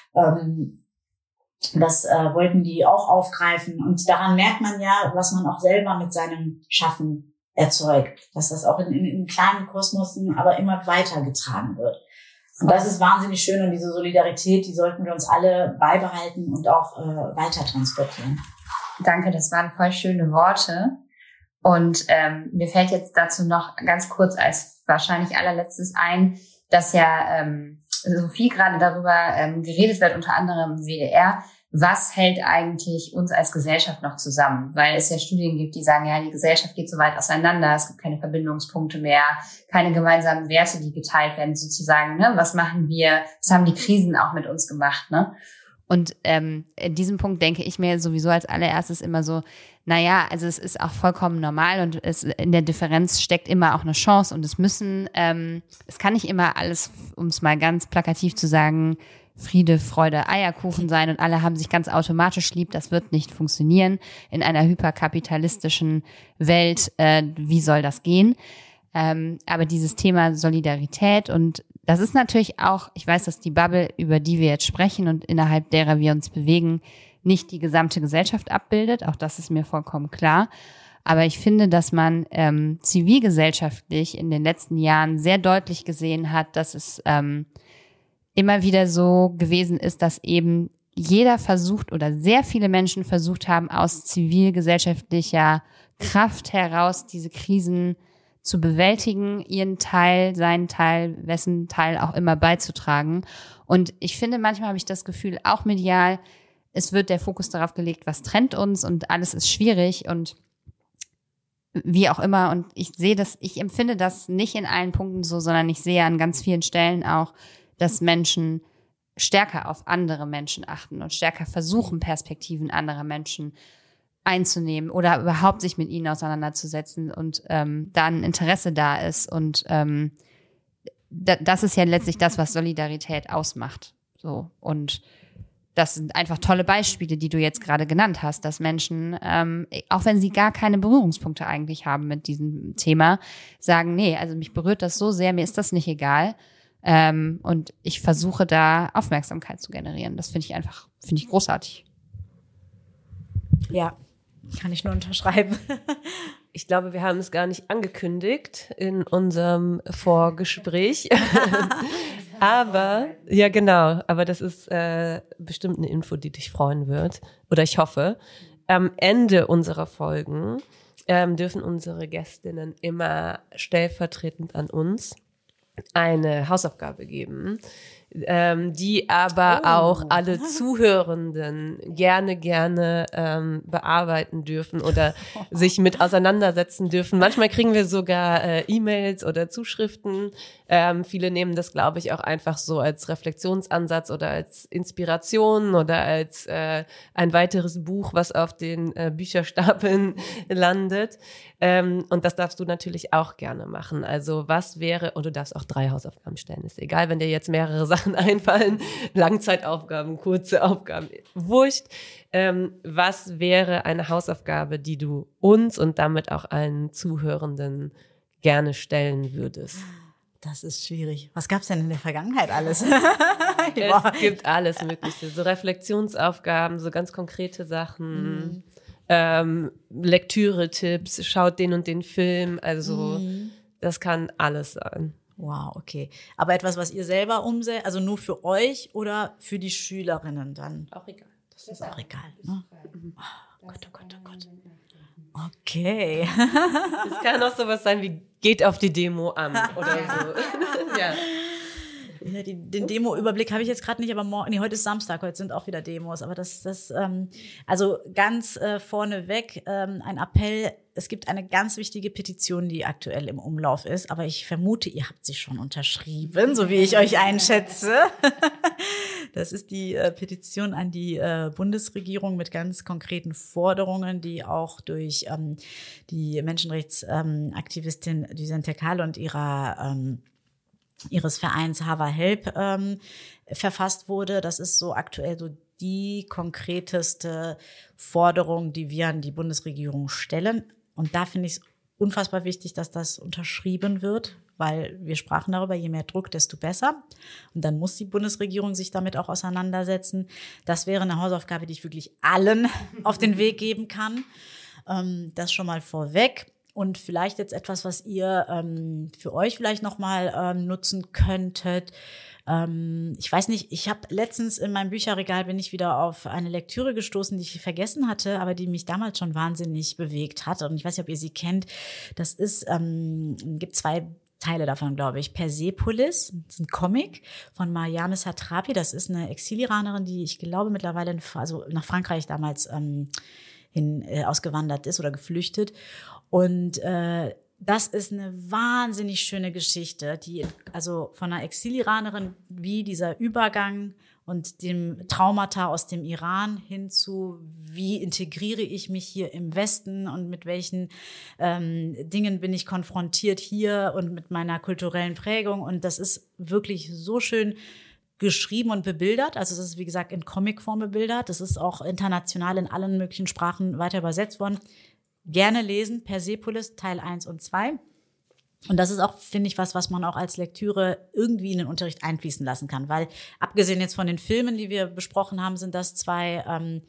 Das wollten die auch aufgreifen und daran merkt man ja, was man auch selber mit seinem Schaffen erzeugt, dass das auch in kleinen Kosmosen aber immer weitergetragen wird. Und das ist wahnsinnig schön und diese Solidarität, die sollten wir uns alle beibehalten und auch weiter transportieren. Danke, das waren voll schöne Worte. Und mir fällt jetzt dazu noch ganz kurz als wahrscheinlich allerletztes ein, dass ja so viel gerade darüber geredet wird, unter anderem im WDR, was hält eigentlich uns als Gesellschaft noch zusammen? Weil es ja Studien gibt, die sagen, ja, die Gesellschaft geht so weit auseinander, es gibt keine Verbindungspunkte mehr, keine gemeinsamen Werte, die geteilt werden, sozusagen, ne? Was machen wir, was haben die Krisen auch mit uns gemacht, ne? Und in diesem Punkt denke ich mir sowieso als allererstes immer so, naja, also es ist auch vollkommen normal und in der Differenz steckt immer auch eine Chance und es kann nicht immer alles, um es mal ganz plakativ zu sagen, Friede, Freude, Eierkuchen sein und alle haben sich ganz automatisch lieb. Das wird nicht funktionieren in einer hyperkapitalistischen Welt. Wie soll das gehen? Aber dieses Thema Solidarität und das ist natürlich auch, ich weiß, dass die Bubble, über die wir jetzt sprechen und innerhalb derer wir uns bewegen, nicht die gesamte Gesellschaft abbildet. Auch das ist mir vollkommen klar. Aber ich finde, dass man zivilgesellschaftlich in den letzten Jahren sehr deutlich gesehen hat, dass es immer wieder so gewesen ist, dass eben jeder versucht oder sehr viele Menschen versucht haben, aus zivilgesellschaftlicher Kraft heraus diese Krisen zu bewältigen, ihren Teil, seinen Teil, wessen Teil auch immer beizutragen. Und ich finde, manchmal habe ich das Gefühl, auch medial, es wird der Fokus darauf gelegt, was trennt uns und alles ist schwierig und wie auch immer. Und ich empfinde das nicht in allen Punkten so, sondern ich sehe an ganz vielen Stellen auch, dass Menschen stärker auf andere Menschen achten und stärker versuchen, Perspektiven anderer Menschen einzunehmen oder überhaupt sich mit ihnen auseinanderzusetzen und da ein Interesse da ist. Und das ist ja letztlich das, was Solidarität ausmacht. So. Und das sind einfach tolle Beispiele, die du jetzt gerade genannt hast, dass Menschen, auch wenn sie gar keine Berührungspunkte eigentlich haben mit diesem Thema, sagen, nee, also mich berührt das so sehr, mir ist das nicht egal. Und ich versuche da Aufmerksamkeit zu generieren. Das finde ich großartig. Ja, kann ich nur unterschreiben. Ich glaube, wir haben es gar nicht angekündigt in unserem Vorgespräch. Aber, ja genau, aber das ist bestimmt eine Info, die dich freuen wird. Oder ich hoffe. Am Ende unserer Folgen dürfen unsere Gästinnen immer stellvertretend an uns eine Hausaufgabe geben, die aber auch alle Zuhörenden gerne bearbeiten dürfen oder sich mit auseinandersetzen dürfen. Manchmal kriegen wir sogar E-Mails oder Zuschriften. Viele nehmen das, glaube ich, auch einfach so als Reflexionsansatz oder als Inspiration oder als ein weiteres Buch, was auf den Bücherstapeln landet. Und das darfst du natürlich auch gerne machen. Also was wäre, und du darfst auch 3 Hausaufgaben stellen, ist egal, wenn dir jetzt mehrere Sachen einfallen, Langzeitaufgaben, kurze Aufgaben, wurscht. Was wäre eine Hausaufgabe, die du uns und damit auch allen Zuhörenden gerne stellen würdest? Das ist schwierig. Was gab's denn in der Vergangenheit alles? Es gibt alles Mögliche, so Reflexionsaufgaben, so ganz konkrete Sachen, Lektüre-Tipps, schaut den und den Film, also das kann alles sein. Wow, okay. Aber etwas, was ihr selber umsetzt, also nur für euch oder für die Schülerinnen dann? Auch egal. Das ist auch egal. Ne? Oh Gott, oh Gott, oh Gott. Okay. Es kann auch sowas sein wie, geht auf die Demo an oder so. Ja. Ja, den Demo-Überblick habe ich jetzt gerade nicht, aber heute ist Samstag, heute sind auch wieder Demos. Aber also ganz vorneweg ein Appell. Es gibt eine ganz wichtige Petition, die aktuell im Umlauf ist, aber ich vermute, ihr habt sie schon unterschrieben, so wie ich euch einschätze. Das ist die Petition an die Bundesregierung mit ganz konkreten Forderungen, die auch durch die Menschenrechtsaktivistin Düsen Tekel und ihres Vereins Hava Help verfasst wurde. Das ist so aktuell so die konkreteste Forderung, die wir an die Bundesregierung stellen. Und da finde ich es unfassbar wichtig, dass das unterschrieben wird, weil wir sprachen darüber, je mehr Druck, desto besser. Und dann muss die Bundesregierung sich damit auch auseinandersetzen. Das wäre eine Hausaufgabe, die ich wirklich allen auf den Weg geben kann. Das schon mal vorweg. Und vielleicht jetzt etwas, was ihr für euch vielleicht nochmal nutzen könntet. Ich weiß nicht, ich habe letztens in meinem Bücherregal bin ich wieder auf eine Lektüre gestoßen, die ich vergessen hatte, aber die mich damals schon wahnsinnig bewegt hat. Und ich weiß nicht, ob ihr sie kennt. Das ist, gibt 2 Teile davon, glaube ich. Persepolis, das ist ein Comic von Mariame Satrapi. Das ist eine Exil-Iranerin, die ich glaube mittlerweile nach Frankreich damals ausgewandert ist oder geflüchtet. Und das ist eine wahnsinnig schöne Geschichte, die also von einer Exil-Iranerin, wie dieser Übergang und dem Traumata aus dem Iran hin zu, wie integriere ich mich hier im Westen und mit welchen Dingen bin ich konfrontiert hier und mit meiner kulturellen Prägung. Und das ist wirklich so schön geschrieben und bebildert. Also es ist, wie gesagt, in Comicform bebildert. Das ist auch international in allen möglichen Sprachen weiter übersetzt worden. Gerne lesen, Persepolis, Teil 1 und 2. Und das ist auch, finde ich, was man auch als Lektüre irgendwie in den Unterricht einfließen lassen kann. Weil abgesehen jetzt von den Filmen, die wir besprochen haben, sind das ein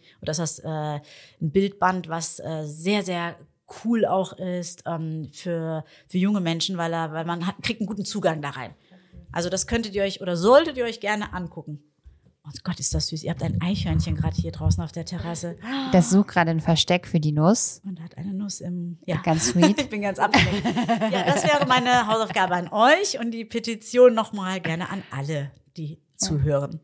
Bildband, was sehr, sehr cool auch ist für junge Menschen, weil man kriegt einen guten Zugang da rein. Also das könntet ihr euch oder solltet ihr euch gerne angucken. Oh Gott, ist das süß. Ihr habt ein Eichhörnchen gerade hier draußen auf der Terrasse. Das sucht gerade ein Versteck für die Nuss. Und hat eine Nuss im... Ja, ganz sweet. Ich bin ganz abgelenkt. Ja, das wäre meine Hausaufgabe an euch und die Petition nochmal gerne an alle, die zuhören.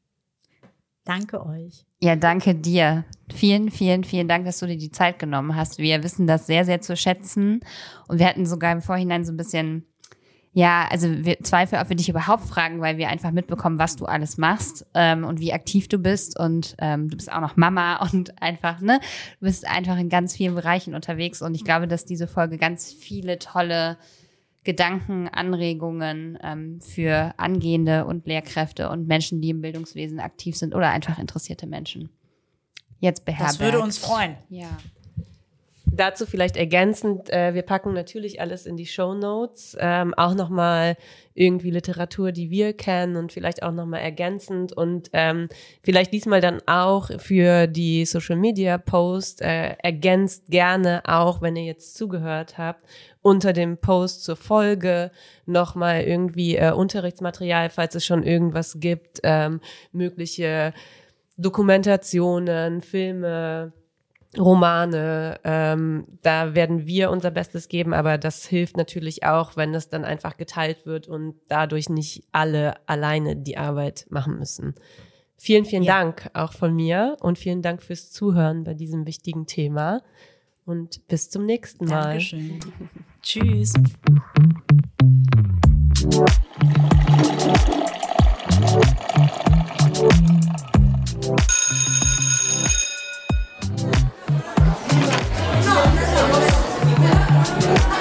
Danke euch. Ja, danke dir. Vielen, vielen, vielen Dank, dass du dir die Zeit genommen hast. Wir wissen das sehr, sehr zu schätzen. Und wir hatten sogar im Vorhinein so ein bisschen... Ja, also wir zweifeln, ob wir dich überhaupt fragen, weil wir einfach mitbekommen, was du alles machst und wie aktiv du bist und du bist auch noch Mama und einfach, du bist einfach in ganz vielen Bereichen unterwegs und ich glaube, dass diese Folge ganz viele tolle Gedanken, Anregungen für Angehende und Lehrkräfte und Menschen, die im Bildungswesen aktiv sind oder einfach interessierte Menschen jetzt beherbergt. Das würde uns freuen. Ja. Dazu vielleicht ergänzend, wir packen natürlich alles in die Shownotes, auch nochmal irgendwie Literatur, die wir kennen und vielleicht auch nochmal ergänzend und vielleicht diesmal dann auch für die Social-Media-Post ergänzt gerne auch, wenn ihr jetzt zugehört habt, unter dem Post zur Folge nochmal irgendwie Unterrichtsmaterial, falls es schon irgendwas gibt, mögliche Dokumentationen, Filme, Romane, da werden wir unser Bestes geben, aber das hilft natürlich auch, wenn das dann einfach geteilt wird und dadurch nicht alle alleine die Arbeit machen müssen. Vielen, vielen Dank auch von mir und vielen Dank fürs Zuhören bei diesem wichtigen Thema und bis zum nächsten Mal. Dankeschön. Tschüss. No.